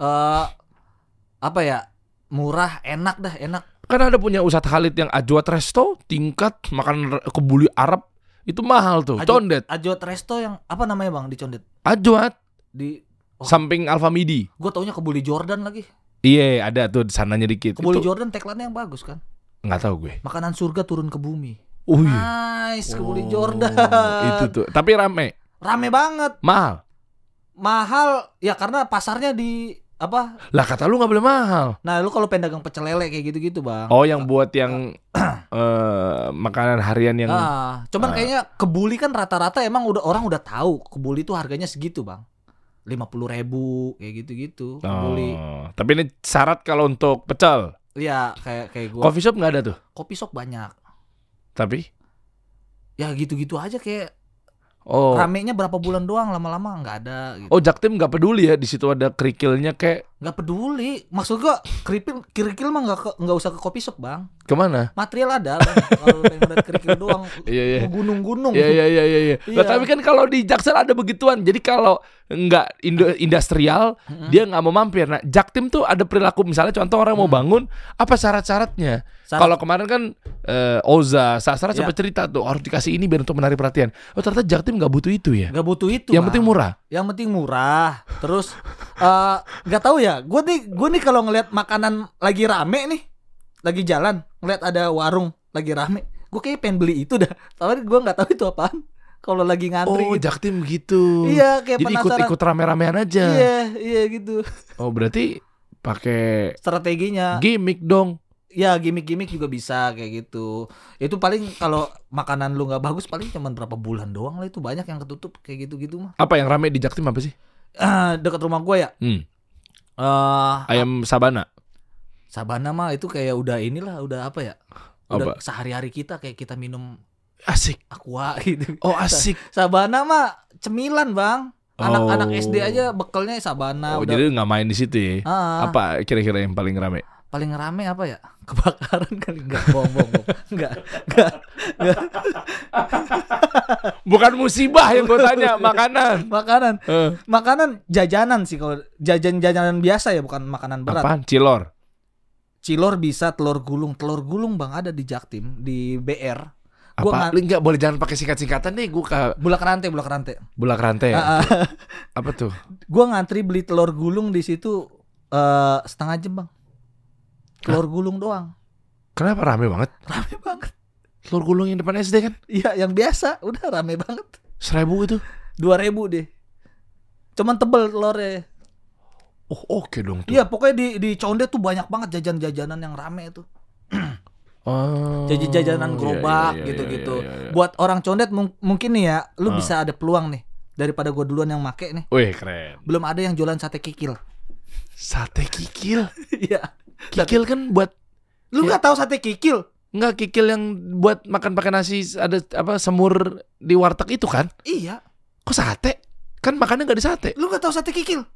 murah enak. Kan ada punya Ustadz Khalid yang Ajwat Resto tingkat makan kebuli Arab. Itu mahal tuh, condet. Ajwat Resto yang apa namanya bang dicondet? Ajwat di samping Alfamidi. Gue taunya Kebuli Jordan lagi. Iya, ada tuh sananya dikit. Kebuli Jordan tagline-nya yang bagus kan? Nggak tahu gue. Makanan surga turun ke bumi. Nice, Kebuli Jordan. Itu tuh. Tapi rame banget. Mahal ya karena pasarnya di apa? Lah kata lu nggak boleh mahal. Nah lu kalau pengen dagang pecel lele kayak gitu-gitu bang. Oh yang buat yang makanan harian yang. Cuman kayaknya Kebuli kan rata-rata emang orang udah tahu Kebuli itu harganya segitu bang. 50.000 kayak gitu-gitu. Kebuli. Tapi ini syarat kalau untuk pecel. Iya kayak gua. Coffee shop nggak ada tuh? Coffee shop banyak. Tapi? Ya gitu-gitu aja kayak. Ramenya berapa bulan doang, lama-lama nggak ada gitu. Oh Jaktim nggak peduli ya di situ ada kerikilnya kayak. Nggak peduli, maksud gua kerikil mah nggak usah ke kopi shop bang. Kemana? Material ada kalau pengen kerikil doang. Iya. Gunung-gunung. Iya. Nah, tapi kan kalau di Jaksel ada begituan. Jadi kalau nggak industrial dia nggak mau mampir. Nah Jaktim tuh ada perilaku misalnya contoh orang mau bangun apa syarat-syaratnya? Kalau kemarin kan Oza Sastra sempat cerita tuh harus dikasih ini biar untuk menarik perhatian. Oh ternyata Jaktim nggak butuh itu ya? Nggak butuh itu. Yang penting murah. Yang penting murah. Terus nggak tahu ya. Gue nih kalau ngelihat makanan lagi rame nih, lagi jalan ngelihat ada warung lagi rame, gue kayak pengen beli itu dah. Tapi gue nggak tahu itu apaan. Kalau lagi ngantri. Oh gitu. Jaktim gitu. Iya kayak jadi penasaran. ikut rame-ramean aja. Iya gitu. Oh berarti pakai strateginya. Gimmick dong. ya gimmick juga bisa kayak gitu. Itu paling kalau makanan lu nggak bagus paling cuma berapa bulan doang lah, itu banyak yang ketutup kayak gitu mah. Apa yang rame di Jaktim apa sih? Dekat rumah gua ya. Ayam Sabana. Sabana mah itu kayak udah inilah, udah apa ya? Udah Apa? sehari-hari kita kayak kita minum Asik. aqua gitu. Oh asik. Sabana mah cemilan, Bang. Anak-anak Oh. SD aja bekelnya Sabana. Oh, udah jadi nggak main di situ ya? Apa kira-kira yang paling rame? paling rame apa ya? Kebakaran kali, enggak bohong. Enggak. Bukan musibah yang gue tanya, makanan. Makanan jajanan sih, kalau jajanan biasa ya, bukan makanan berat. Apaan? Cilor bisa, telur gulung Bang, ada di Jaktim, di BR. Apa? Enggak boleh, jangan pakai singkat-singkatan nih, gue Bulak rantai. bulak rantai. Ya? Apa tuh? Gua ngantri beli telur gulung di situ setengah jam, Bang. Telur gulung doang. Kenapa rame banget? Rame banget. Telur gulung yang depan SD kan? Iya, yang biasa udah rame banget. 1.000 itu? 2.000 deh. Cuman tebel telurnya. Oh, oke dong tuh. Iya, pokoknya di Condet tuh banyak banget jajanan yang rame itu. Oh, Jajanan gerobak iya, gitu-gitu. iya. Buat orang Condet mungkin nih ya, lu bisa ada peluang nih daripada gua duluan yang make nih. Wih, keren. Belum ada yang jualan sate kikil. Sate kikil. Iya. Kikil kan buat Lu nggak tahu sate kikil? Enggak, kikil yang buat makan pakai nasi, ada apa, semur di warteg itu kan? Iya. Kok sate? Kan makannya nggak di sate. Lu nggak tahu sate kikil?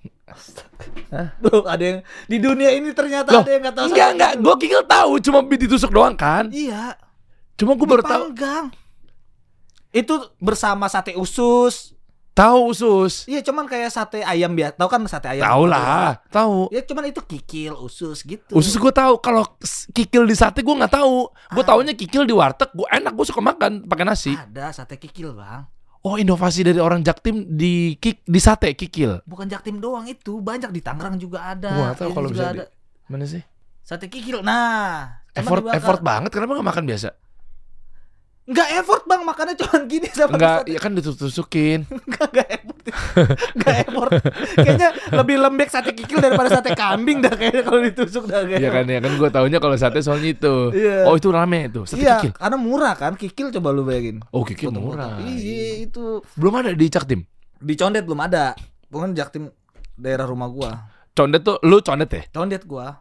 Bro, ada yang di dunia ini ternyata Loh, ada yang nggak tahu. Enggak. Gue kikil tahu, cuma ditusuk doang kan? Iya. Cuma gue baru tahu. Dipanggang. Itu bersama sate usus. Tahu usus. Iya, cuman kayak sate ayam biasa. Tahu kan sate ayam? Tahu lah, tahu. Ya cuman itu kikil, usus gitu. Usus gue tahu. Kalau kikil di sate gue nggak tahu. Gue taunya kikil di warteg. Gue enak, gue suka makan pakai nasi. Ada sate kikil, Bang. Oh, inovasi dari orang Jaktim di sate kikil. Bukan Jaktim doang itu, banyak di Tangerang juga ada. Gue nggak tahu Ini kalau juga bisa ada. Mana sih? Sate kikil. Nah, cuman dibakar. Effort banget. Kenapa nggak makan biasa? Enggak effort, Bang, makannya cuman gini sama Enggak, sate. ya kan ditusuk-tusukin. Enggak effort. Enggak effort. Kayaknya lebih lembek sate kikil daripada sate kambing dah kayaknya kalau ditusuk dah kayaknya. Iya kan gue taunya kalau sate soalnya itu. Iya. Oh, itu rame itu. Sate Iya, kikil. karena murah kan, kikil coba lu bayangin. Oh, kikil Potong-potong. murah. Iya, itu. Belum ada di Jaktim. Di Condet belum ada. Bukan Jaktim daerah rumah gua. Condet tuh, lu Condet ya? Condet gua.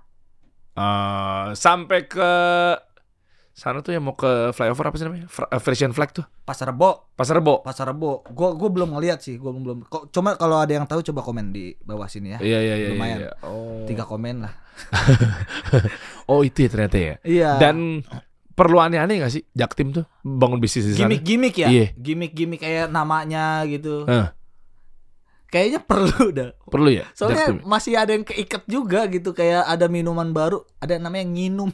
Sampai ke sana tuh yang mau ke flyover apa sih namanya? Frisian Flag tuh. Pasar Rebo. Pasar Rebo. Gua belum ngeliat sih, gua belum. Cuma kalau ada yang tahu coba komen di bawah sini ya. Iya. Lumayan. Iya. Oh. 3 komen lah. Oh, itu ya ternyata ya. Iya. Dan perlu aneh-aneh gak sih Jaktim tuh bangun bisnis di sana? Gimik-gimik ya? Iya. Gimik-gimik kayak namanya gitu. Hah. Kayaknya perlu dah. Perlu ya? Soalnya Jaktim. masih ada yang keikat juga gitu, kayak ada minuman baru, ada yang namanya nginum.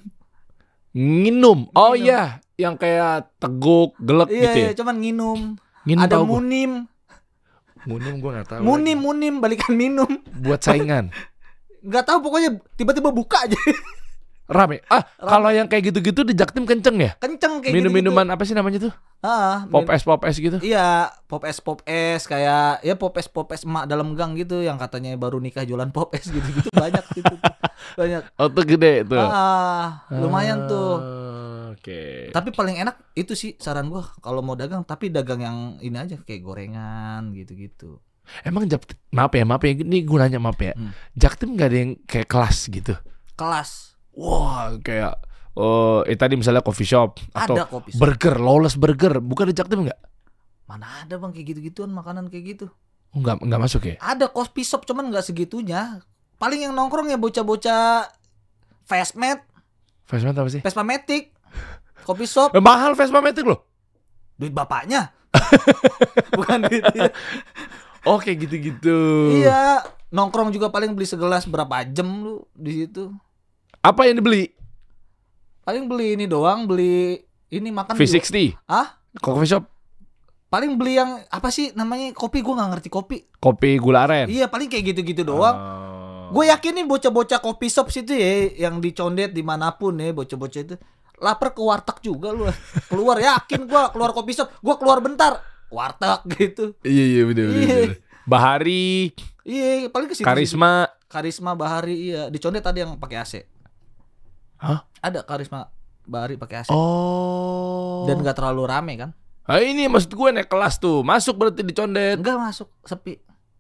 Oh iya, yang kayak teguk, gelek Iya, gitu ya. cuman nginum. Nginum Ada tahu gua. munim. Munim gue gak tahu. Munim balikan minum. Buat saingan. Nggak tahu, pokoknya tiba-tiba buka aja. Rame. Kalau yang kayak gitu-gitu di Jaktim kenceng ya? Kenceng kayak Minum-minuman apa sih namanya tuh? Pop es gitu. Iya, pop es kayak ya pop es emak dalam gang gitu yang katanya baru nikah jualan pop es gitu-gitu banyak gitu. Banyak. Oh, tuh gede tuh. Lumayan tuh. Oke. Tapi paling enak itu sih saran gua kalau mau dagang, tapi dagang yang ini aja kayak gorengan gitu-gitu. Emang maaf ya, ini gunanya maaf ya. Jaktim gak ada yang kayak kelas gitu. Kelas. Wah, kayak tadi misalnya coffee shop atau Ada coffee shop. burger, Lawless Burger, bukan di Jaktim nggak? Mana ada, Bang, kayak gitu-gituan makanan kayak gitu. Oh, nggak masuk ya? Ada coffee shop cuman nggak segitunya. Paling yang nongkrong ya bocah-bocah Fastmed, Vespa apa sih? Vespa Matic, coffee shop. Mahal Vespa Matic loh. Duit bapaknya. Bukan duit dia. Oh, kayak gitu-gitu. Iya, nongkrong juga paling beli segelas berapa jam lu di situ. Apa yang dibeli? Paling beli ini doang, beli ini makan V60. Coffee shop. Paling beli yang apa sih namanya, kopi, gue nggak ngerti kopi. Kopi gula aren. Iya, paling kayak gitu-gitu doang. Gue yakin nih bocah-bocah kopi shop situ ya, yang di Condet dimanapun ya, bocah-bocah itu lapar ke warteg juga lu. Keluar, yakin gue keluar kopi shop, gue keluar bentar warteg gitu. Iya bener. Bahari. Iya, paling ke situ. Karisma. Bahari, iya. Di Condet tadi yang pakai AC. Hah? Ada Karisma Bahari pakai AC. Oh. Dan nggak terlalu rame kan? Ah, ini maksud gue naik kelas tuh. Masuk berarti di Condet. Enggak masuk, sepi.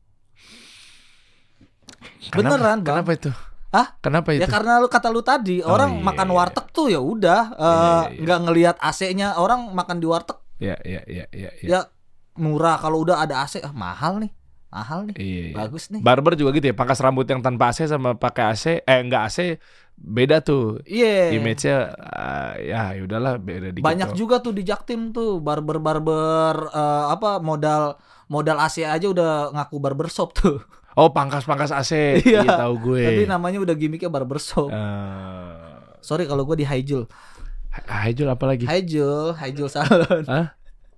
Kenapa? Beneran, Bang. Kenapa itu? Hah? Kenapa itu? Ya karena kata lu tadi, orang iya, makan iya. warteg tuh ya udah Iya. nggak ngelihat AC-nya, orang makan di warteg Ya. ya murah, kalau udah ada AC mahal nih. Iya. Bagus nih. Barber juga gitu ya, pangkas rambut yang tanpa AC sama pakai AC, enggak AC beda tuh. Iya. Image-nya ya udahlah beda dikit. Banyak tuh. juga tuh di Jaktim tuh barber apa modal AC aja udah ngaku barbershop tuh. Oh, pangkas AC. Iya. Iya, tahu gue. Tapi namanya udah gimmicknya barbershop. Sorry kalau gue di Haijul. Haijul apa lagi? Haijul salon. Hah?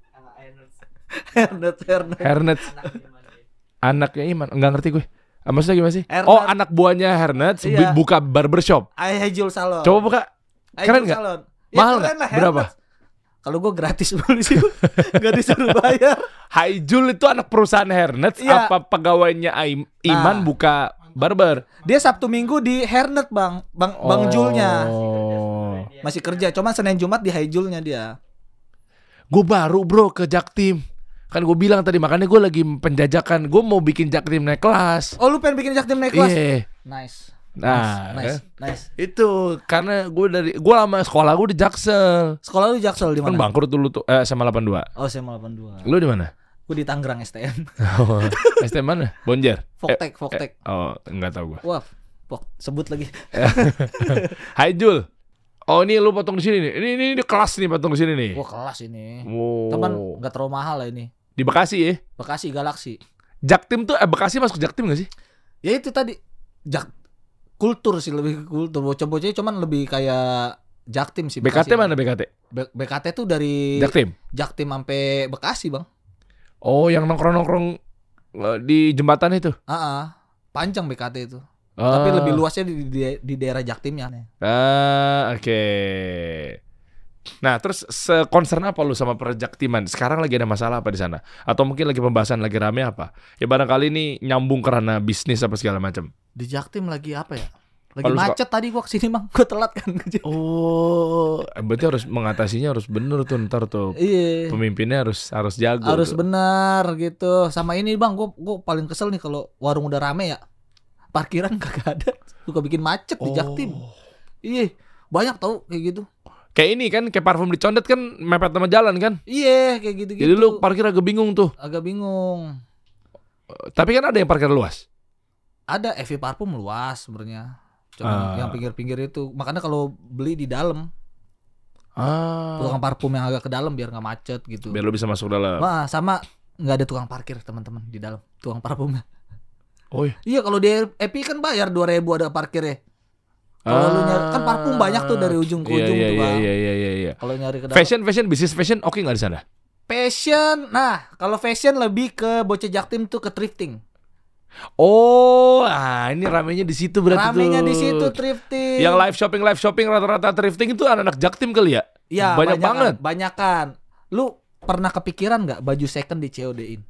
Hernet. Hernet. Anaknya Iman, enggak ngerti gue. Maksudnya gimana sih? Hernet. Oh, anak buahnya Hernet Iya. buka barbershop. Haijul salon. Coba buka. Keren nggak? Salon. Mahal keren nggak? lah, Berapa? Hernet. Kalau gue gratis beli sih, nggak disuruh bayar. Haijul itu anak perusahaan Hernet. Iya. Apa pegawainya Iman Nah. buka barber? Dia Sabtu Minggu di Hernet bang Julnya Oh. masih kerja, cuman Senin Jumat di Haijulnya dia. Gue baru bro ke Jaktim. Kan gue bilang tadi, makanya gue lagi penjajakan. Gue mau bikin Jaktim naik kelas. Oh lu pengen bikin Jaktim naik kelas? Iya. Nice. Nah, Nice. itu karena gue lama sekolah gue di Jaksel. Sekolah lu Jaksel di Kan mana? bangkrut dulu tuh SMA 82. Oh, SMA 82. Lu di mana? Gue di Tangerang STM. Oh, STM mana? Bonjer. Foktek. Oh, enggak tahu gue. Wah, sebut lagi. Hai Jul. Oh, ini lu potong di sini nih. Ini kelas nih potong di sini nih. Wah, kelas ini. Wow. Teman nggak terlalu mahal lah ini. Di Bekasi ya? Bekasi Galaxy. Jaktim tuh Bekasi masuk Jaktim gak sih? Ya itu tadi kultur sih, lebih ke kultur. Bocah-bocahnya cuman lebih kayak Jaktim sih. BKT mana BKT? BKT tuh dari Jaktim. Jaktim sampai Bekasi, Bang. Oh, yang nongkrong-nongkrong di jembatan itu. Panjang BKT itu. Tapi lebih luasnya di daerah Jaktimnya. Oke. Nah, terus sekoncern apa lu sama perjaktiman? Sekarang lagi ada masalah apa di sana? Atau mungkin lagi pembahasan lagi rame apa? Ya barangkali ini nyambung karena bisnis apa segala macam. Di Jaktim lagi apa ya? Lagi Kalau macet tadi gua kesini, Bang. Gua telat kan. Oh, berarti harus mengatasinya harus bener tuh ntar tuh. Iya. Pemimpinnya harus jago. Harus tuh. benar gitu. Sama ini, Bang, gua paling kesel nih kalau warung udah rame ya. Parkiran kagak ada. Suka bikin macet di Jaktim. Iya, banyak tau kayak gitu. Kayak ini kan, kayak parfum di Condet kan mepet sama jalan kan. Iya, kayak gitu-gitu. Jadi lu parkir agak bingung tuh. Agak bingung. Tapi kan ada yang parkir luas. Ada EV Parfum luas sebenarnya. Cuma yang pinggir-pinggir itu. Makanya kalau beli di dalam, tukang parfum yang agak ke dalam biar nggak macet gitu. Biar lu bisa masuk dalam. Wah, sama nggak ada tukang parkir teman-teman di dalam tukang parfumnya. Oh iya. Iya, kalau di Epi kan bayar 2.000 ada parkirnya. Kalau lu nyari kan parfum banyak tuh dari ujung ke ujung tuh, Bang. Iya. Kalau nyari ke dalam. Bisnis fashion oke nggak di sana? Fashion. Nah, kalau fashion lebih ke bocah Jaktim tuh ke thrifting. Oh, ini ramenya di situ berarti Ramenya tuh. di situ thrifting. Yang live shopping rata-rata thrifting itu anak-anak Jaktim kali ya? Iya, banyak banget. Banyakan. Lu pernah kepikiran nggak baju second di COD-in?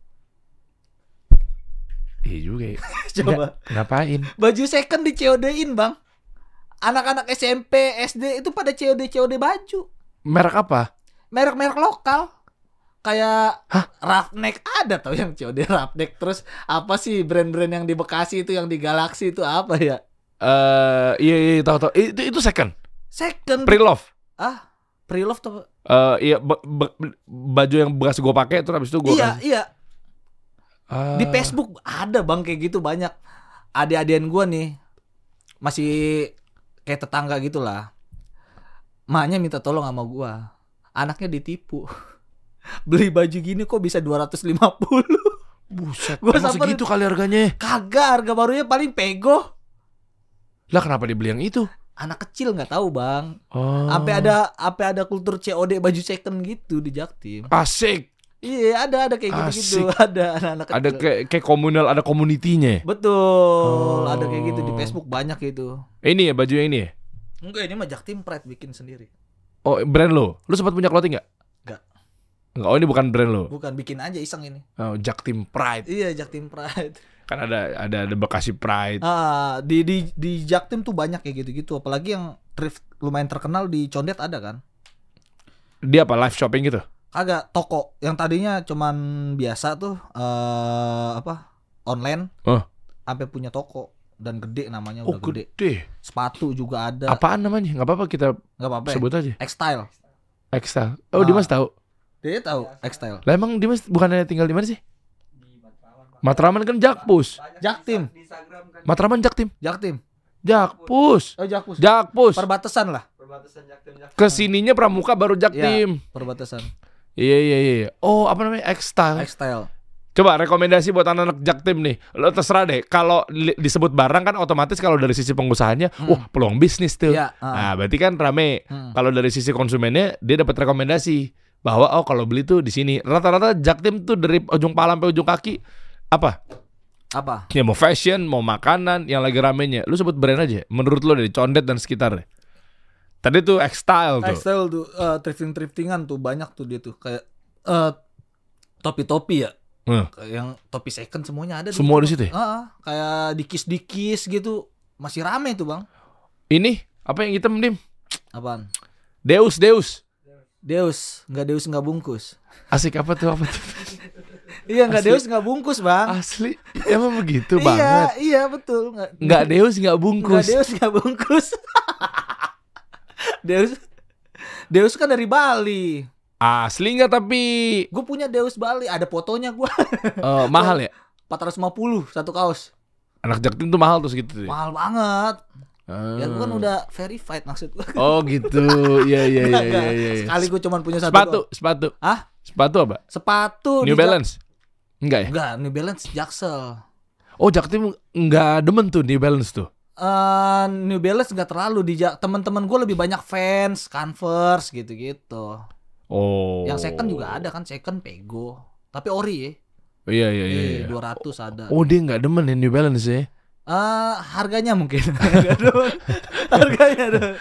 Iya juga ya. Coba. Ngapain? Baju second di COD-in, Bang. Anak-anak SMP, SD itu pada COD baju. Merek apa? Merek-merek lokal. Kayak Roughneck ada tau yang COD Roughneck. Terus apa sih brand-brand yang di Bekasi itu, yang di Galaxy itu apa ya? Iya tahu. Itu second. Second. Pre-love. Pre-love tuh. Iya baju yang bekas gue pakai terus habis itu gue Iya. Di Facebook ada, Bang, kayak gitu banyak. Adik-adian gue nih masih kayak tetangga gitulah. Maknya minta tolong sama gue. Anaknya ditipu. Beli baju gini kok bisa 250. Buset. Gua Emang samperin. segitu kali harganya? Kagak, harga barunya paling pego. Lah kenapa dibeli yang itu? Anak kecil nggak tahu, Bang. Oh. Sampai ada kultur COD baju second gitu di Jaktim. Asik. Iya, ada kayak gitu-gitu. Ada anak-anak kecil. Ada kayak komunal, ada komunitinya. Betul. Ada kayak gitu di Facebook banyak itu. Ini ya baju yang ini ya? Enggak, ini mah Jaktim Pride bikin sendiri. Oh, brand lo? Lu sempat punya clothing nggak? Enggak. Oh, ini bukan brand lo? Bukan, bikin aja iseng ini. Oh, Jaktim Pride. Iya, Jaktim Pride. Kan ada Bekasi Pride. Di Jaktim tuh banyak kayak gitu-gitu. Apalagi yang thrift lumayan terkenal di Condet ada kan. Dia apa, live shopping gitu? Agak toko yang tadinya cuman biasa tuh online. Sampai punya toko dan gede namanya, udah gede. Sepatu juga ada. Apaan namanya? Enggak apa-apa kita sebut aja. X-Style. Dimas tahu. Dia tahu X-Style. Lah emang Dimas bukannya tinggal di mana sih? Matraman kan Jakpus. Jaktim. Matraman Jaktim. Jakpus. Jakpus. Perbatasan lah. Kesininya Pramuka baru Jaktim. Ya, perbatasan. Iya. Oh, apa namanya? X-Style. Coba rekomendasi buat anak-anak Jaktim nih. Lo terserah deh. Kalau disebut barang kan otomatis kalau dari sisi pengusahanya, peluang bisnis tuh. Ya, Nah, berarti kan rame. Kalau dari sisi konsumennya dia dapat rekomendasi bahwa kalau beli tuh di sini. Rata-rata Jaktim tuh dari ujung pala sampai ujung kaki apa? Ya mau fashion, mau makanan, yang lagi ramenya. Lu sebut brand aja. Menurut lu dari Condet dan sekitarnya. Tadi tuh X-Style tuh. X-Style tuh thriftingan tuh banyak tuh dia tuh kayak topi-topi ya. Yang topi second semuanya ada. Semua di situ. Kayak dikis-dikis gitu. Masih rame tuh, Bang. Ini apa yang hitam, Dim? Apaan? Deus, enggak bungkus. Asik apa tuh? Iya, enggak Deus enggak bungkus, Bang. Asli. Emang begitu banget. Iya, betul. Enggak Deus enggak bungkus. Enggak Deus enggak bungkus. Deus kan dari Bali. Asli enggak tapi? Gue punya Deus Bali, ada fotonya gue. Mahal ya? 450 satu kaos. Anak Jaktim tuh mahal tuh segitu. Mahal banget. Ya gue kan udah verified maksud gue. Oh gitu. Iya. Sekali gue cuma punya satu. Sepatu. Hah? Sepatu apa? Sepatu New Balance. Enggak ya? Enggak, New Balance Jaksel. Oh, Jaktim enggak demen tuh New Balance tuh. New Balance enggak terlalu teman-teman gue lebih banyak fans Converse gitu-gitu. Oh. Yang second juga ada kan, second Pego. Tapi ori ya. Iya. 200 ada. Oh, dia enggak demen ya New Balance ya. Harganya mungkin. Harganya tuh.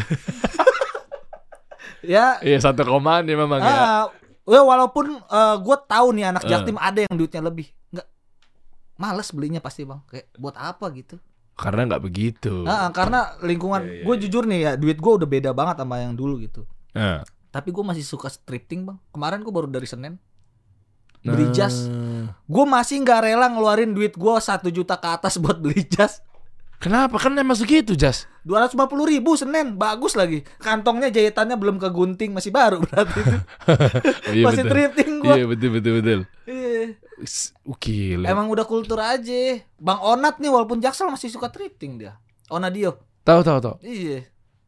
Ya. Iya, 1 komaan ya memang ya. Walaupun gue tahu nih anak Jaktim ada yang duitnya lebih. Enggak. Males belinya pasti, Bang. Kayak buat apa gitu. Karena enggak begitu. Karena lingkungan gue jujur nih ya, duit gue udah beda banget sama yang dulu gitu. Tapi gue masih suka thrifting, Bang. Kemarin gue baru dari Senin beli jas. Gue masih nggak rela ngeluarin duit gue 1 juta ke atas buat beli jas. Kenapa? Kan emang segitu jas. 250.000 Senin, bagus lagi. Kantongnya jahitannya belum kegunting, masih baru berarti itu. Masih betul. Thrifting gue. Iya betul. Iya. Gila. Emang udah kultur aja. Bang Onat nih walaupun Jaksel masih suka thrifting dia. Onadio. Tahu. Iya.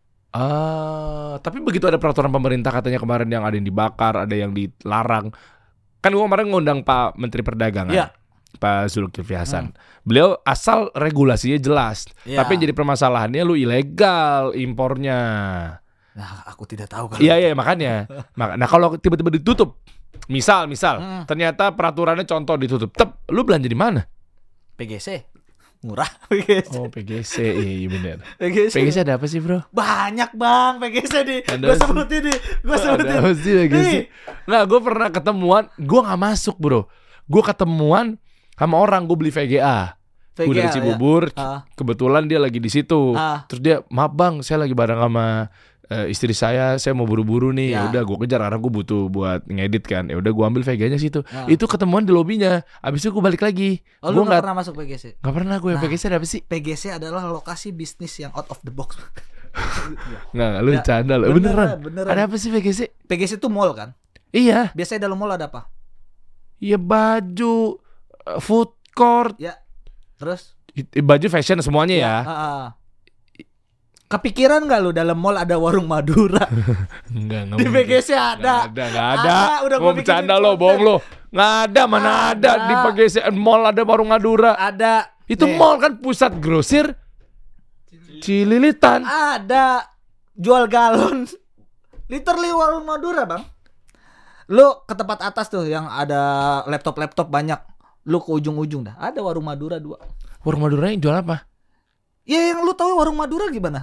Tapi begitu ada peraturan pemerintah katanya kemarin yang ada yang dibakar, ada yang dilarang. Kan gue kemarin ngundang Pak Menteri Perdagangan, Pak Zulkifli Hasan. Beliau asal regulasinya jelas, tapi yang jadi permasalahannya lu ilegal impornya. Nah, aku tidak tahu kan. Iya makanya. Nah kalau tiba-tiba ditutup, misal ternyata peraturannya contoh ditutup, lu belanja di mana? PGC. Murah PGC. Oh PGC, iya bener. PGC ada apa sih bro? Banyak bang PGC nih. Gue sebutin. Ada apa sih PGC? Nah gue pernah ketemuan, gue gak masuk bro. Gue ketemuan sama orang, gue beli VGA. Gue dari Cibubur, kebetulan dia lagi di situ. Terus dia, maaf bang, saya lagi bareng sama istri saya mau buru-buru nih. Ya udah gue kejar karena gue butuh buat ngedit kan. Ya udah gue ambil VG-nya situ. Itu ketemuan di lobinya. Abis itu gue balik lagi. Oh, lu gak pernah masuk PGC? Gak pernah gue. PGC ada apa sih? PGC adalah lokasi bisnis yang out of the box. Nggak, lu canda lu. Beneran. Ada apa sih PGC? PGC itu mall kan? Iya. Biasanya dalam mall ada apa? Iya baju, food court. Ya. Terus? Baju fashion semuanya ya. Kepikiran gak lu dalam mall ada warung Madura? Enggak. Di PGC ada. Nggak ada. Udah mau bercanda lo, bohong lo. Nggak ada, mana ada di PGC mall ada warung Madura. Ada. Itu mall kan pusat grosir. Cililitan. Ada. Jual galon. Literally warung Madura bang. Lu ke tempat atas tuh yang ada laptop banyak. Lu ke ujung-ujung dah. Ada warung Madura 2. Warung Madura yang jual apa? Ya yang lu tahu warung Madura gimana?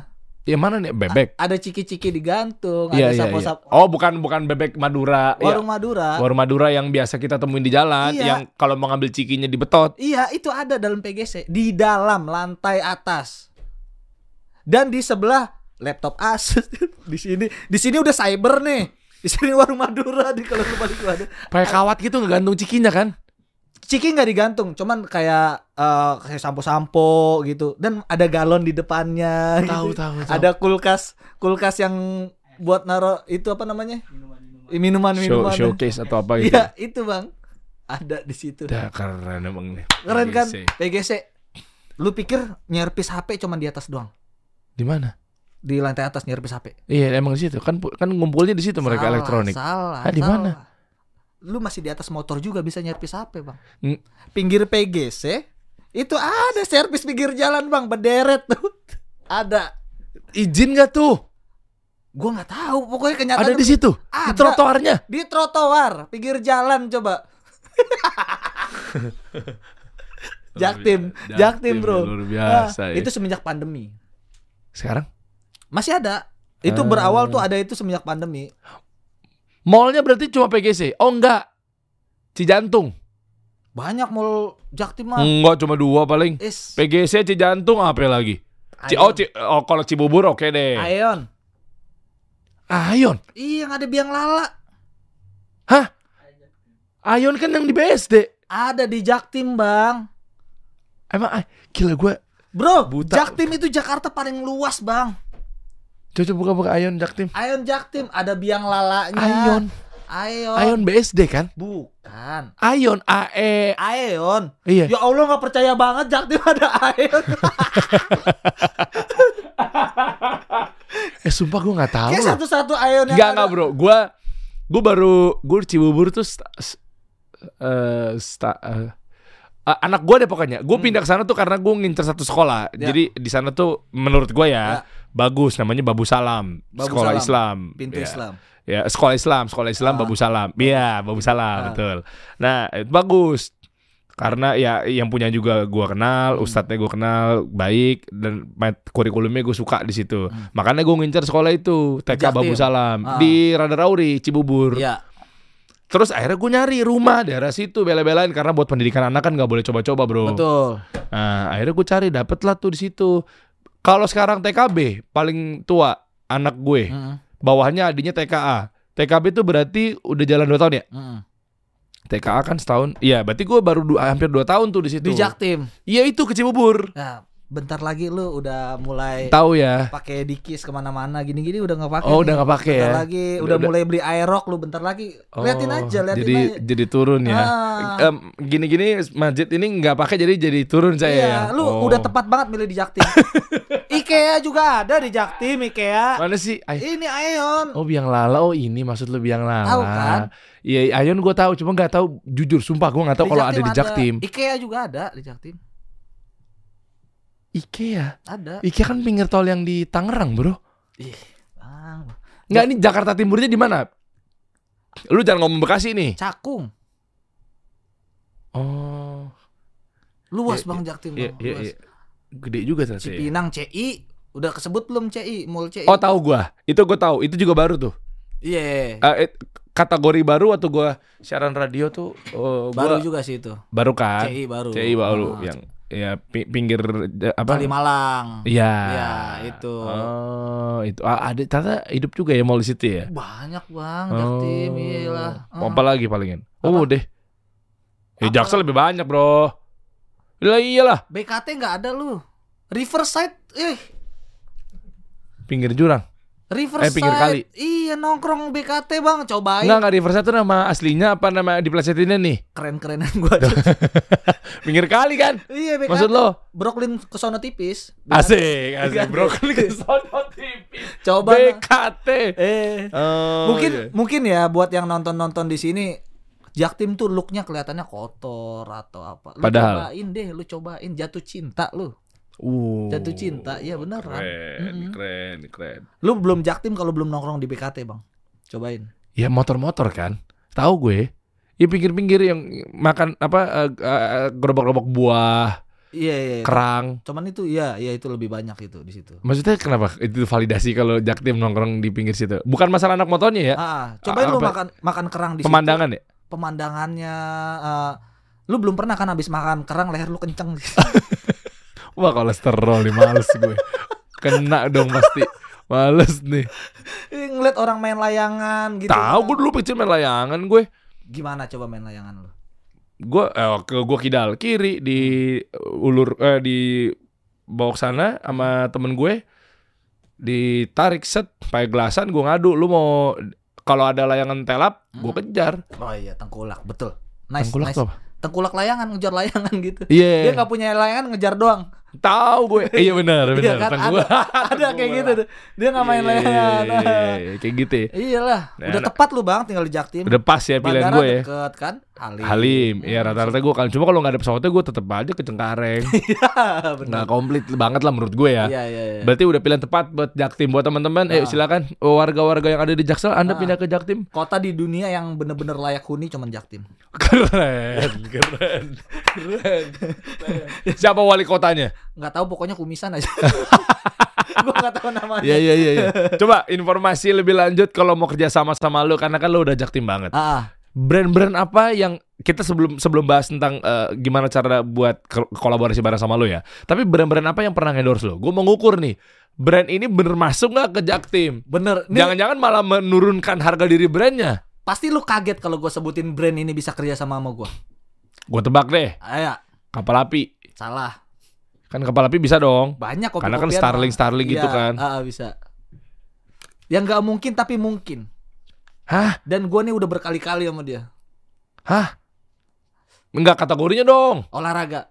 Yang mana nih bebek? Ada ciki-ciki digantung, Iya, ada iya, sapo-sapo. iya. Oh, bukan bebek Madura. Warung Iya. Madura. Warung Madura yang biasa kita temuin di jalan, Iya. yang kalau mau ngambil cikinya dibetot. Iya, itu ada dalam PGC di dalam lantai atas. Dan di sebelah laptop Asus. Di sini udah cyber nih. Di sini warung Madura di kalau lu balik ada. Pakai kawat gitu ngegantung cikinya kan? Ciki nggak digantung, cuman kayak sampo-sampo gitu. Dan ada galon di depannya. Tahu, gitu. tahu. Ada kulkas yang buat naro itu apa namanya? Minuman. Showcase atau apa gitu. Iya, itu Bang. Ada di situ. Dah keren emang nih. Keren kan? PGC. PGC. Lu pikir nyerpis HP cuman di atas doang? Di mana? Di lantai atas nyerpis HP. Iya, emang di situ. Kan ngumpulnya di situ mereka elektronik. Salah. Di mana? Lu masih di atas motor juga bisa nyerpis HP, Bang. Hmm. Pinggir PGC itu ada servis pinggir jalan, Bang, berderet tuh. Ada. Izin gak tuh? Gua nggak tahu, pokoknya kenyataan Ada di situ. Di Ada. trotoarnya. Di trotoar, pinggir jalan coba. Jaktim, bro. Luar biasa. Nah, itu semenjak pandemi. Sekarang? Masih ada. Itu berawal tuh ada itu semenjak pandemi. Mallnya berarti cuma PGC? Oh enggak. Cijantung? Banyak mall Jaktim mah. Enggak, cuma 2 paling. PGC, Cijantung, apa lagi? Kalau Cibubur oke deh. Aeon. Aeon? Iya, yang ada biang lala. Hah? Aeon kan yang di BSD. Ada di Jaktim, Bang. Emang gila gue. Bro, buta. Jaktim itu Jakarta paling luas, Bang. Coba buka Aeon Jaktim. Aeon Jaktim ada biang lalanya. Aeon BSD kan? Bukan. Aeon AE. Aeon. Iya. Ya Allah, nggak percaya banget Jaktim ada Aeon. Sumpah gue nggak tahu. Kayak loh. satu-satu Aeon yang Nggak bro. Gue Cibubur tuh anak gue deh pokoknya. Gue pindah ke sana tuh karena gue ngincer satu sekolah. Ya. Jadi di sana tuh menurut gue ya bagus, namanya Babu Salam. Sekolah Islam. Pintu Ya. Islam. Ya, sekolah Islam Babu Salam. Iya, Babu Salam, betul. Nah, itu bagus. Karena ya yang punya juga gua kenal, ustadznya gua kenal, baik, dan kurikulumnya gue suka di situ. Makanya gue ngincer sekolah itu, TK Babu Salam di Radarauri, Cibubur. Iya. Terus akhirnya gue nyari rumah daerah situ, bela-belain karena buat pendidikan anak kan nggak boleh coba-coba, bro. Betul. Nah, akhirnya gue cari, dapet lah tuh di situ. Kalau sekarang TKB paling tua anak gue. Bawahnya adiknya TKA. TKB itu berarti udah jalan 2 tahun ya? TKA kan setahun. Iya, berarti gue baru hampir 2 tahun tuh di situ. Di Jaktim. Iya, itu ke Cibubur. Nah, bentar lagi lu udah mulai tahu ya. Pakai dikis kemana-mana gini-gini udah nggak pakai. Oh, udah nggak pakai ya. Bentar lagi udah mulai beli aerok lu bentar lagi. Liatin aja. Jadi turun ya. Gini-gini masjid ini nggak pakai jadi turun saya ya. Iya, lu udah tepat banget milih di Jaktim. IKEA juga ada di Jaktim, IKEA. Mana sih? Ini Aeon. Oh, biang lala. Oh, ini maksud lu biang lala. Tahu kan? Iya, Aeon gue tahu, cuma nggak tahu, jujur sumpah gue nggak tahu kalau ada di Jaktim. IKEA juga ada di Jaktim. IKEA? Ada. IKEA kan pinggir tol yang di Tangerang, bro. Nggak, ini Jakarta Timurnya di mana? Lu jangan ngomong Bekasi nih. Cakung. Oh. Luas Bang Jaktim. Iya. Gede juga ternyata. Cipinang, CI. Udah kesebut belum CI? Mall CI. Oh, tahu gua. Itu gua tahu. Itu juga baru tuh. Iya. Kategori baru atau gua siaran radio tuh baru juga sih itu. Baru kan? CI baru. CI baru yang ya pinggir apa? Kalimalang. Iya. Iya, itu. Oh, itu. Ada ternyata hidup juga ya mall di situ ya? Banyak Bang, Jaktim. Iyalah. Apa lagi palingan? Deh. Jaksel lebih banyak, bro. Iyalah. BKT nggak ada lu. Riverside, pinggir jurang. Riverside. Pinggir kali. Iya, nongkrong BKT Bang, cobain. Enggak Riverside itu nama aslinya apa nama diplesetinnya nih? Keren-kerenan gua. Pinggir kali kan? Iya, BKT. Maksud lo? Brooklyn ke sono tipis. Asik. Brooklyn ke sono tipis. Coba BKT. Mungkin ya buat yang nonton di sini, Jaktim tuh looknya kelihatannya kotor atau apa. Padahal lu cobain jatuh cinta lu. Jatuh cinta, ya beneran. Keren. Lu belum Jaktim kalau belum nongkrong di BKT Bang. Cobain. Ya motor-motor kan. Tahu gue. Ya pinggir-pinggir yang makan apa gerobak-gerobak buah. Iya. kerang. Cuman itu iya itu lebih banyak itu di situ. Maksudnya kenapa itu validasi kalau Jaktim nongkrong di pinggir situ? Bukan masalah anak motornya ya? Cobain lu makan kerang di pemandangan situ. Ya? Pemandangannya lu belum pernah kan habis makan kerang leher lu kenceng. Wah, kolesterol nih, males gue. Kena dong pasti. Males nih. Ngeliat orang main layangan gitu. Tahu gue dulu kecil main layangan gue. Gimana coba main layangan lu? Gue kidal kiri di di bawa ke sana sama temen gue. Ditarik set pakai gelasan, gue ngadu, lu mau kalau ada layangan telap, gue kejar. Oh iya, tengkulak, betul. Nice. Tengkulak tuh apa? Tengkulak layangan, ngejar layangan gitu. Iya. Dia nggak punya layangan, ngejar doang. Tahu gue. Iya benar. Iya kan? Ada kayak gitu tuh. Dia nggak main layangan. Kayak gitu. Iyalah. Udah tepat lu Bang, tinggal di Jaktim. Udah pas ya pilihan gue ya. Deket kan? Halim. Iya rata-rata gue kan. Cuma kalau nggak ada pesawatnya gue tetap aja ke Cengkareng. Iya benar. Nggak komplit banget lah menurut gue ya. Iya. Berarti udah pilihan tepat buat Jaktim. Buat teman-teman, ayo silakan warga-warga yang ada di Jaksel, Anda pindah ke Jaktim. Kota di dunia yang bener-bener layak huni cuman Jaktim. Keren. Siapa wali kotanya? Nggak tahu, pokoknya kumisan aja. Gue nggak tahu namanya. Iya. Coba informasi lebih lanjut kalau mau kerja sama lu, karena kan lu udah Jaktim banget. Brand-brand apa yang kita sebelum bahas tentang gimana cara buat kolaborasi bareng sama lu ya. Tapi brand-brand apa yang pernah endorse lu? Gue mau ngukur nih. Brand ini bener masuk nggak ke Jaktim? Bener. Jangan-jangan malah menurunkan harga diri brandnya. Pasti lu kaget kalau gue sebutin brand ini bisa kerja sama gue. Gue tebak deh. Ayo. Kapal api. Salah. Kan kapal api bisa dong. Banyak kopi. Karena kan Starling gitu kan. Bisa. Yang nggak mungkin tapi mungkin. Hah? Dan gue nih udah berkali-kali sama dia. Hah? Enggak, kategorinya dong. Olahraga.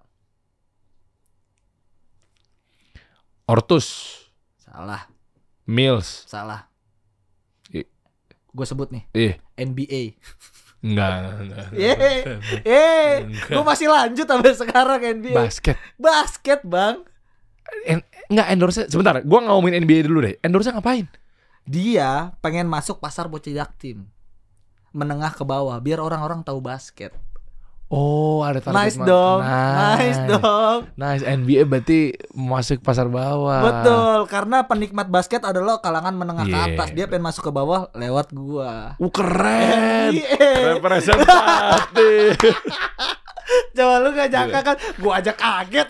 Ortus. Salah. Mills. Salah. Gue sebut nih. NBA. Enggak. Gue masih lanjut sampai sekarang NBA. Basket Bang. Enggak, endorse. Sebentar, gue ngomongin NBA dulu deh. Endorse ngapain? Dia pengen masuk pasar bocah Jaktim, menengah ke bawah, biar orang-orang tahu basket. Oh, ada target. Nice dong. Nice. NBA berarti masuk pasar bawah. Betul, karena penikmat basket adalah kalangan menengah ke atas. Dia pengen masuk ke bawah lewat gua. Keren. Representatif. Coba lu gak jangka kan? Gua aja kaget.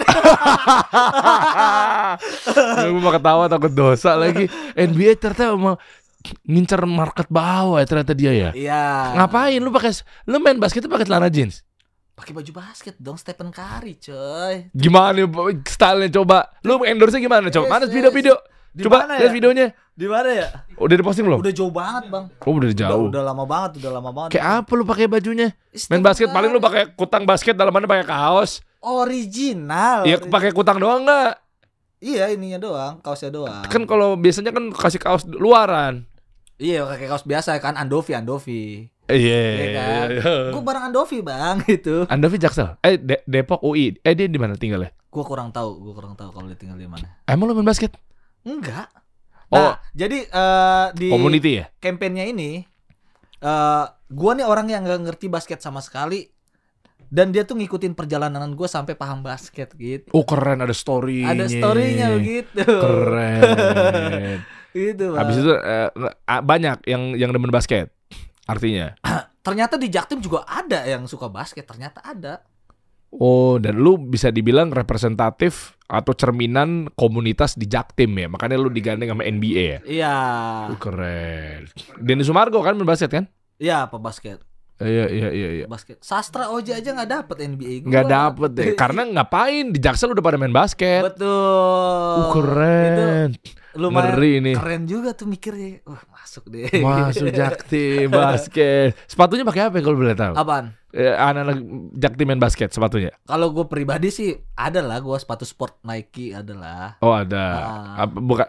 Gue mau ketawa takut dosa lagi. NBA ternyata mau ngincer market bawah ya ternyata dia ya. Iya. Ngapain lu main basket tuh pakai celana jeans? Pakai baju basket dong, Stephen Curry, coy. Gimana stylenya coba? Lu endorse gimana coba? Mana video-video? Coba lihat videonya. Di mana ya? Udah diposting belum? Udah jauh banget, Bang. Oh, udah jauh. Udah lama banget. Kayak apa lu pakai bajunya? Main basket paling lu pakai kutang basket, dalamannya pakai kaos. Original. Iya, pakai kutang doang enggak? Iya, ininya doang, kaosnya doang. Kan kalau biasanya kan kasih kaos luaran. Iya, pakai kaos biasa kan, Andovi. Iya kan? Gue bareng Andovi Bang gitu. Andovi Jaksel. Depok UI. Dia di mana tinggalnya? Gue kurang tahu kalau dia tinggal di mana. Emang lu main basket? Enggak. Nah, jadi di community ya? Campaign-nya ini gue nih orang yang gak ngerti basket sama sekali. Dan dia tuh ngikutin perjalanan gue sampai paham basket gitu. Oh keren, ada story-nya. Ada story-nya begitu. Keren. Gitu Bang. Habis itu banyak yang demen basket. Artinya ternyata di Jaktim juga ada yang suka basket. Ternyata ada. Oh, dan lu bisa dibilang representatif atau cerminan komunitas di Jaktim ya. Makanya lu digandeng sama NBA ya. Iya. Keren. Denny Sumargo kan main basket kan? Iya, basket. Iya. Basket. Sastra Oja aja nggak dapet NBA. Nggak dapet deh. Karena ngapain di Jaksel udah pada main basket. Betul. Keren. Lumayan ini. Keren juga tuh mikirnya. Masuk deh. Masuk Jaktim basket. Sepatunya pakai apa kalau boleh tahu? Apaan? Anak-anak Jaktim main basket sepatunya. Kalau gue pribadi sih ada lah, gue sepatu sport Nike adalah. Oh ada.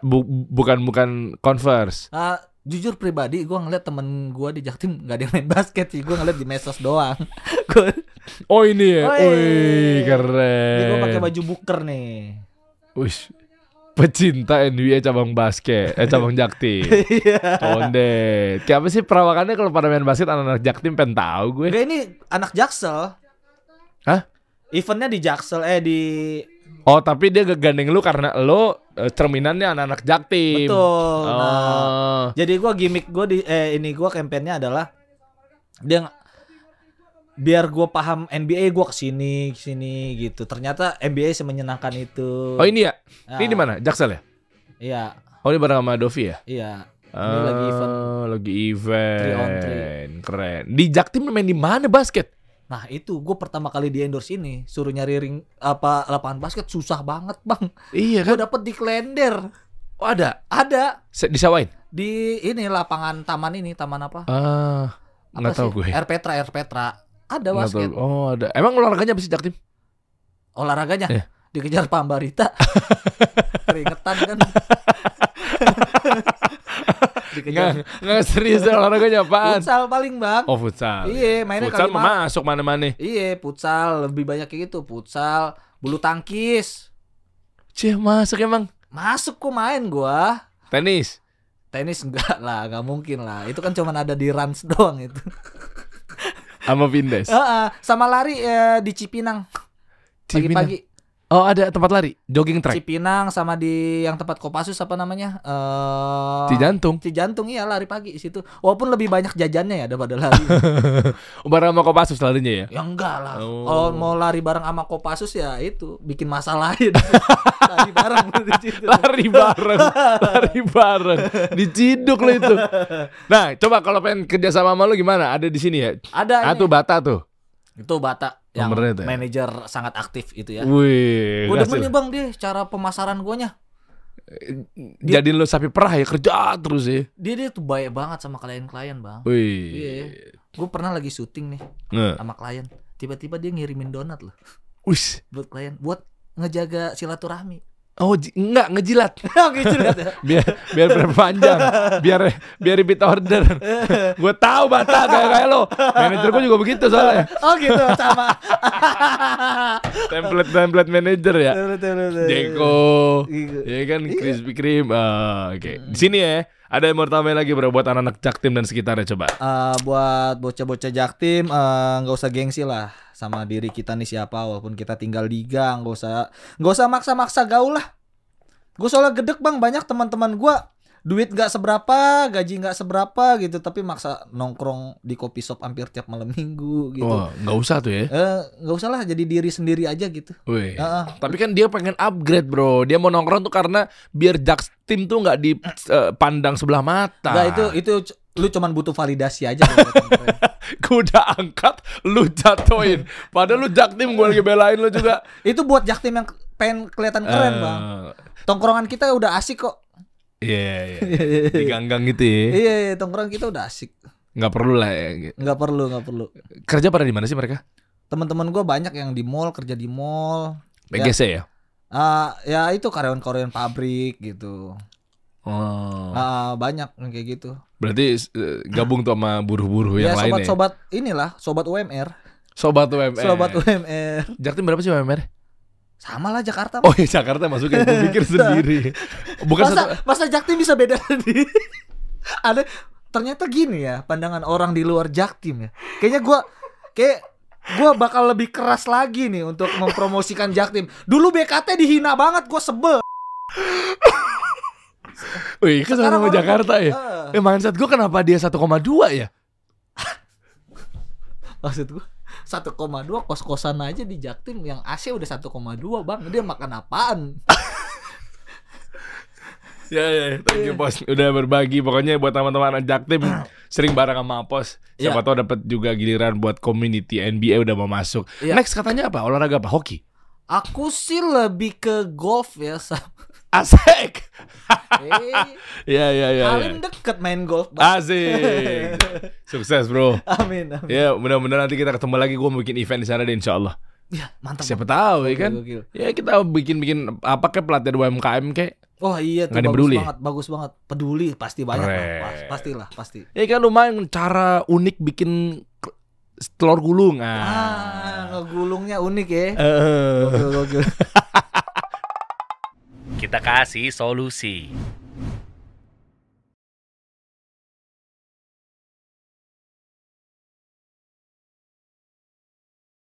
Bukan Converse. Jujur pribadi gue ngeliat temen gue di Jaktim nggak ada yang main basket sih. Gue ngeliat di medsos doang. Oh ini ya. Wih keren. Gue pakai baju buker nih. Wih. Pecinta NBA cabang basket, cabang Jaktim. Condet. Kayak apa sih perawakannya kalau pada main basket anak-anak Jaktim pengen tahu gue. Gak, ini anak Jaksel. Hah? Eventnya di Jaksel di Oh, tapi dia gandeng lu karena lo cerminannya anak-anak Jaktim. betul. Oh. Nah, jadi gua gimmick gua gua kampanyenya adalah dia biar gua paham NBA gua kesini gitu. Ternyata NBA semenyenangkan itu. Oh, ini ya? Nah, Ini di mana? Jaksel ya? Iya. Oh, ini bareng sama Dovi ya? Iya. Ini lagi event. Lagi event. 3 on 3. Keren. Di Jaktim main di mana basket? Nah itu gue pertama kali di endorse ini suruh nyari lapangan basket susah banget bang. Iya Gue kan? dapet di Klender. Oh, ada. Ada Disewain? ini lapangan taman apa? Nggak tahu gue. Air Petra. Ada Nggak basket. tahu. Oh, ada. Emang olahraganya apa sih Jaktim? Olahraganya Iya. dikejar Pak Ambarita. Keringetan kan. Dikejar. Nggak serius olahraganya apaan? Futsal paling bang. Oh, futsal. Iya mainnya Futsal kali mah masuk mana-mana. Iya futsal lebih banyak kayak gitu. Futsal, bulu tangkis. Cih, masuk emang. Masuk kok main gua. Tenis. Tenis enggak lah, enggak mungkin lah. Itu kan cuma ada di Rans doang itu. Sama Vindes. Sama lari di Cipinang. Pagi-pagi. Oh, ada tempat lari, jogging track. Cipinang sama di yang tempat Kopassus apa namanya? Cijantung. Cijantung iya lari pagi di situ. Walaupun lebih banyak jajannya ya daripada lari. Bareng sama Kopassus larinya ya? Ya enggak lah. Oh. Kalau mau lari bareng sama Kopassus ya itu bikin masalah ya. Lari bareng di situ. Lari bareng. Diciduk lo itu. Nah, coba kalau pengen kerja sama lu gimana? Ada di sini ya? Ada Tuh Bata tuh. Itu Batak yang Nomornya itu ya? manajer sangat aktif itu ya. Wih, Gue hasil. demen nih bang dia cara pemasaran guanya. Jadiin lu sapi perah ya, kerja terus ya. Dia tuh baik banget sama klien-klien bang. Wih. Iya. Gue pernah lagi syuting nih Nge. sama klien. Tiba-tiba dia ngirimin donat loh Wih. buat klien, buat ngejaga silaturahmi. Oh, enggak ngejilat. Gitu ya. biar berpanjang, biar repeat order. Gue tahu Bata kayak lo. Manajer gue juga begitu soalnya. Oh gitu sama. template manager ya. Jeko. Gitu. Ya kan Krispy Kreme. Oke. Di sini ya. Ada yang mau tambahin lagi bro buat anak-anak Jaktim dan sekitarnya coba. Buat bocah-bocah Jaktim nggak usah gengsi lah sama diri kita nih siapa, walaupun kita tinggal di gang, nggak usah maksa-maksa gaul lah. Gue soalnya gedek bang, banyak teman-teman gue duit nggak seberapa, gaji nggak seberapa gitu, tapi maksa nongkrong di kopi shop hampir tiap malam minggu gitu. Wah, nggak usah tuh ya. Nggak usah lah, jadi diri sendiri aja gitu. Wih. Tapi kan dia pengen upgrade bro. Dia mau nongkrong tuh karena biar Jaktim tuh nggak dipandang sebelah mata. Nggak, itu lu cuman butuh validasi aja. Gue udah angkat, lu jatoin. Padahal lu Jaktim, gue lagi belain lu juga. Itu buat Jaktim yang pengen kelihatan keren bang. Tongkrongan kita udah asik kok. Iya. Di gang-gang gitu ya. Iya, tongkrongan kita udah asik. Nggak perlu lah ya. Nggak perlu. Kerja pada di mana sih mereka? Teman-teman gue banyak yang di mall, kerja di mall. PGC ya? Ya itu karyawan-karyawan pabrik gitu. Oh. Banyak yang kayak gitu. Berarti gabung tuh sama buruh-buruh yang lain ya? Sobat-sobat inilah, sobat UMR. Sobat UMR. Jaktim berapa sih UMR? Sama lah Jakarta. Oh iya Jakarta masukin, gue pikir sendiri. Bukan masa Jaktim bisa beda sendiri? Ada ternyata gini ya pandangan orang di luar Jaktim ya. Kayaknya gue bakal lebih keras lagi nih untuk mempromosikan Jaktim. Dulu BKT dihina banget, gue sebel. Wih, kan sama Jakarta ya. Mindset gue kenapa dia 1,2 ya? Maksud gue 1,2 kos-kosan aja di Jaktim yang AC udah 1,2 bang. Dia makan apaan? Ya, thank you Pos. Udah berbagi. Pokoknya buat teman-teman Jaktim sering bareng sama Pos. Siapa tahu dapat juga giliran buat community NBA udah mau masuk. Next katanya apa? Olahraga apa? Hoki? Aku sih lebih ke golf ya. Asik. Ya. Paling deket main golf bang. Asik. Sukses bro. Amin. Ya mudah-mudahan nanti kita ketemu lagi. Gue mau bikin event di sana deh insyaallah. Ya mantap. Siapa tahu ya kan. Gokil. Ya kita bikin apa kayak pelatihan UMKM kayak. Oh iya tuh bagus banget. Peduli pasti banyak lah. Pasti. Ya kan lumayan cara unik bikin telur gulung. Ngegulungnya unik ya. Gokil. Kita kasih solusi.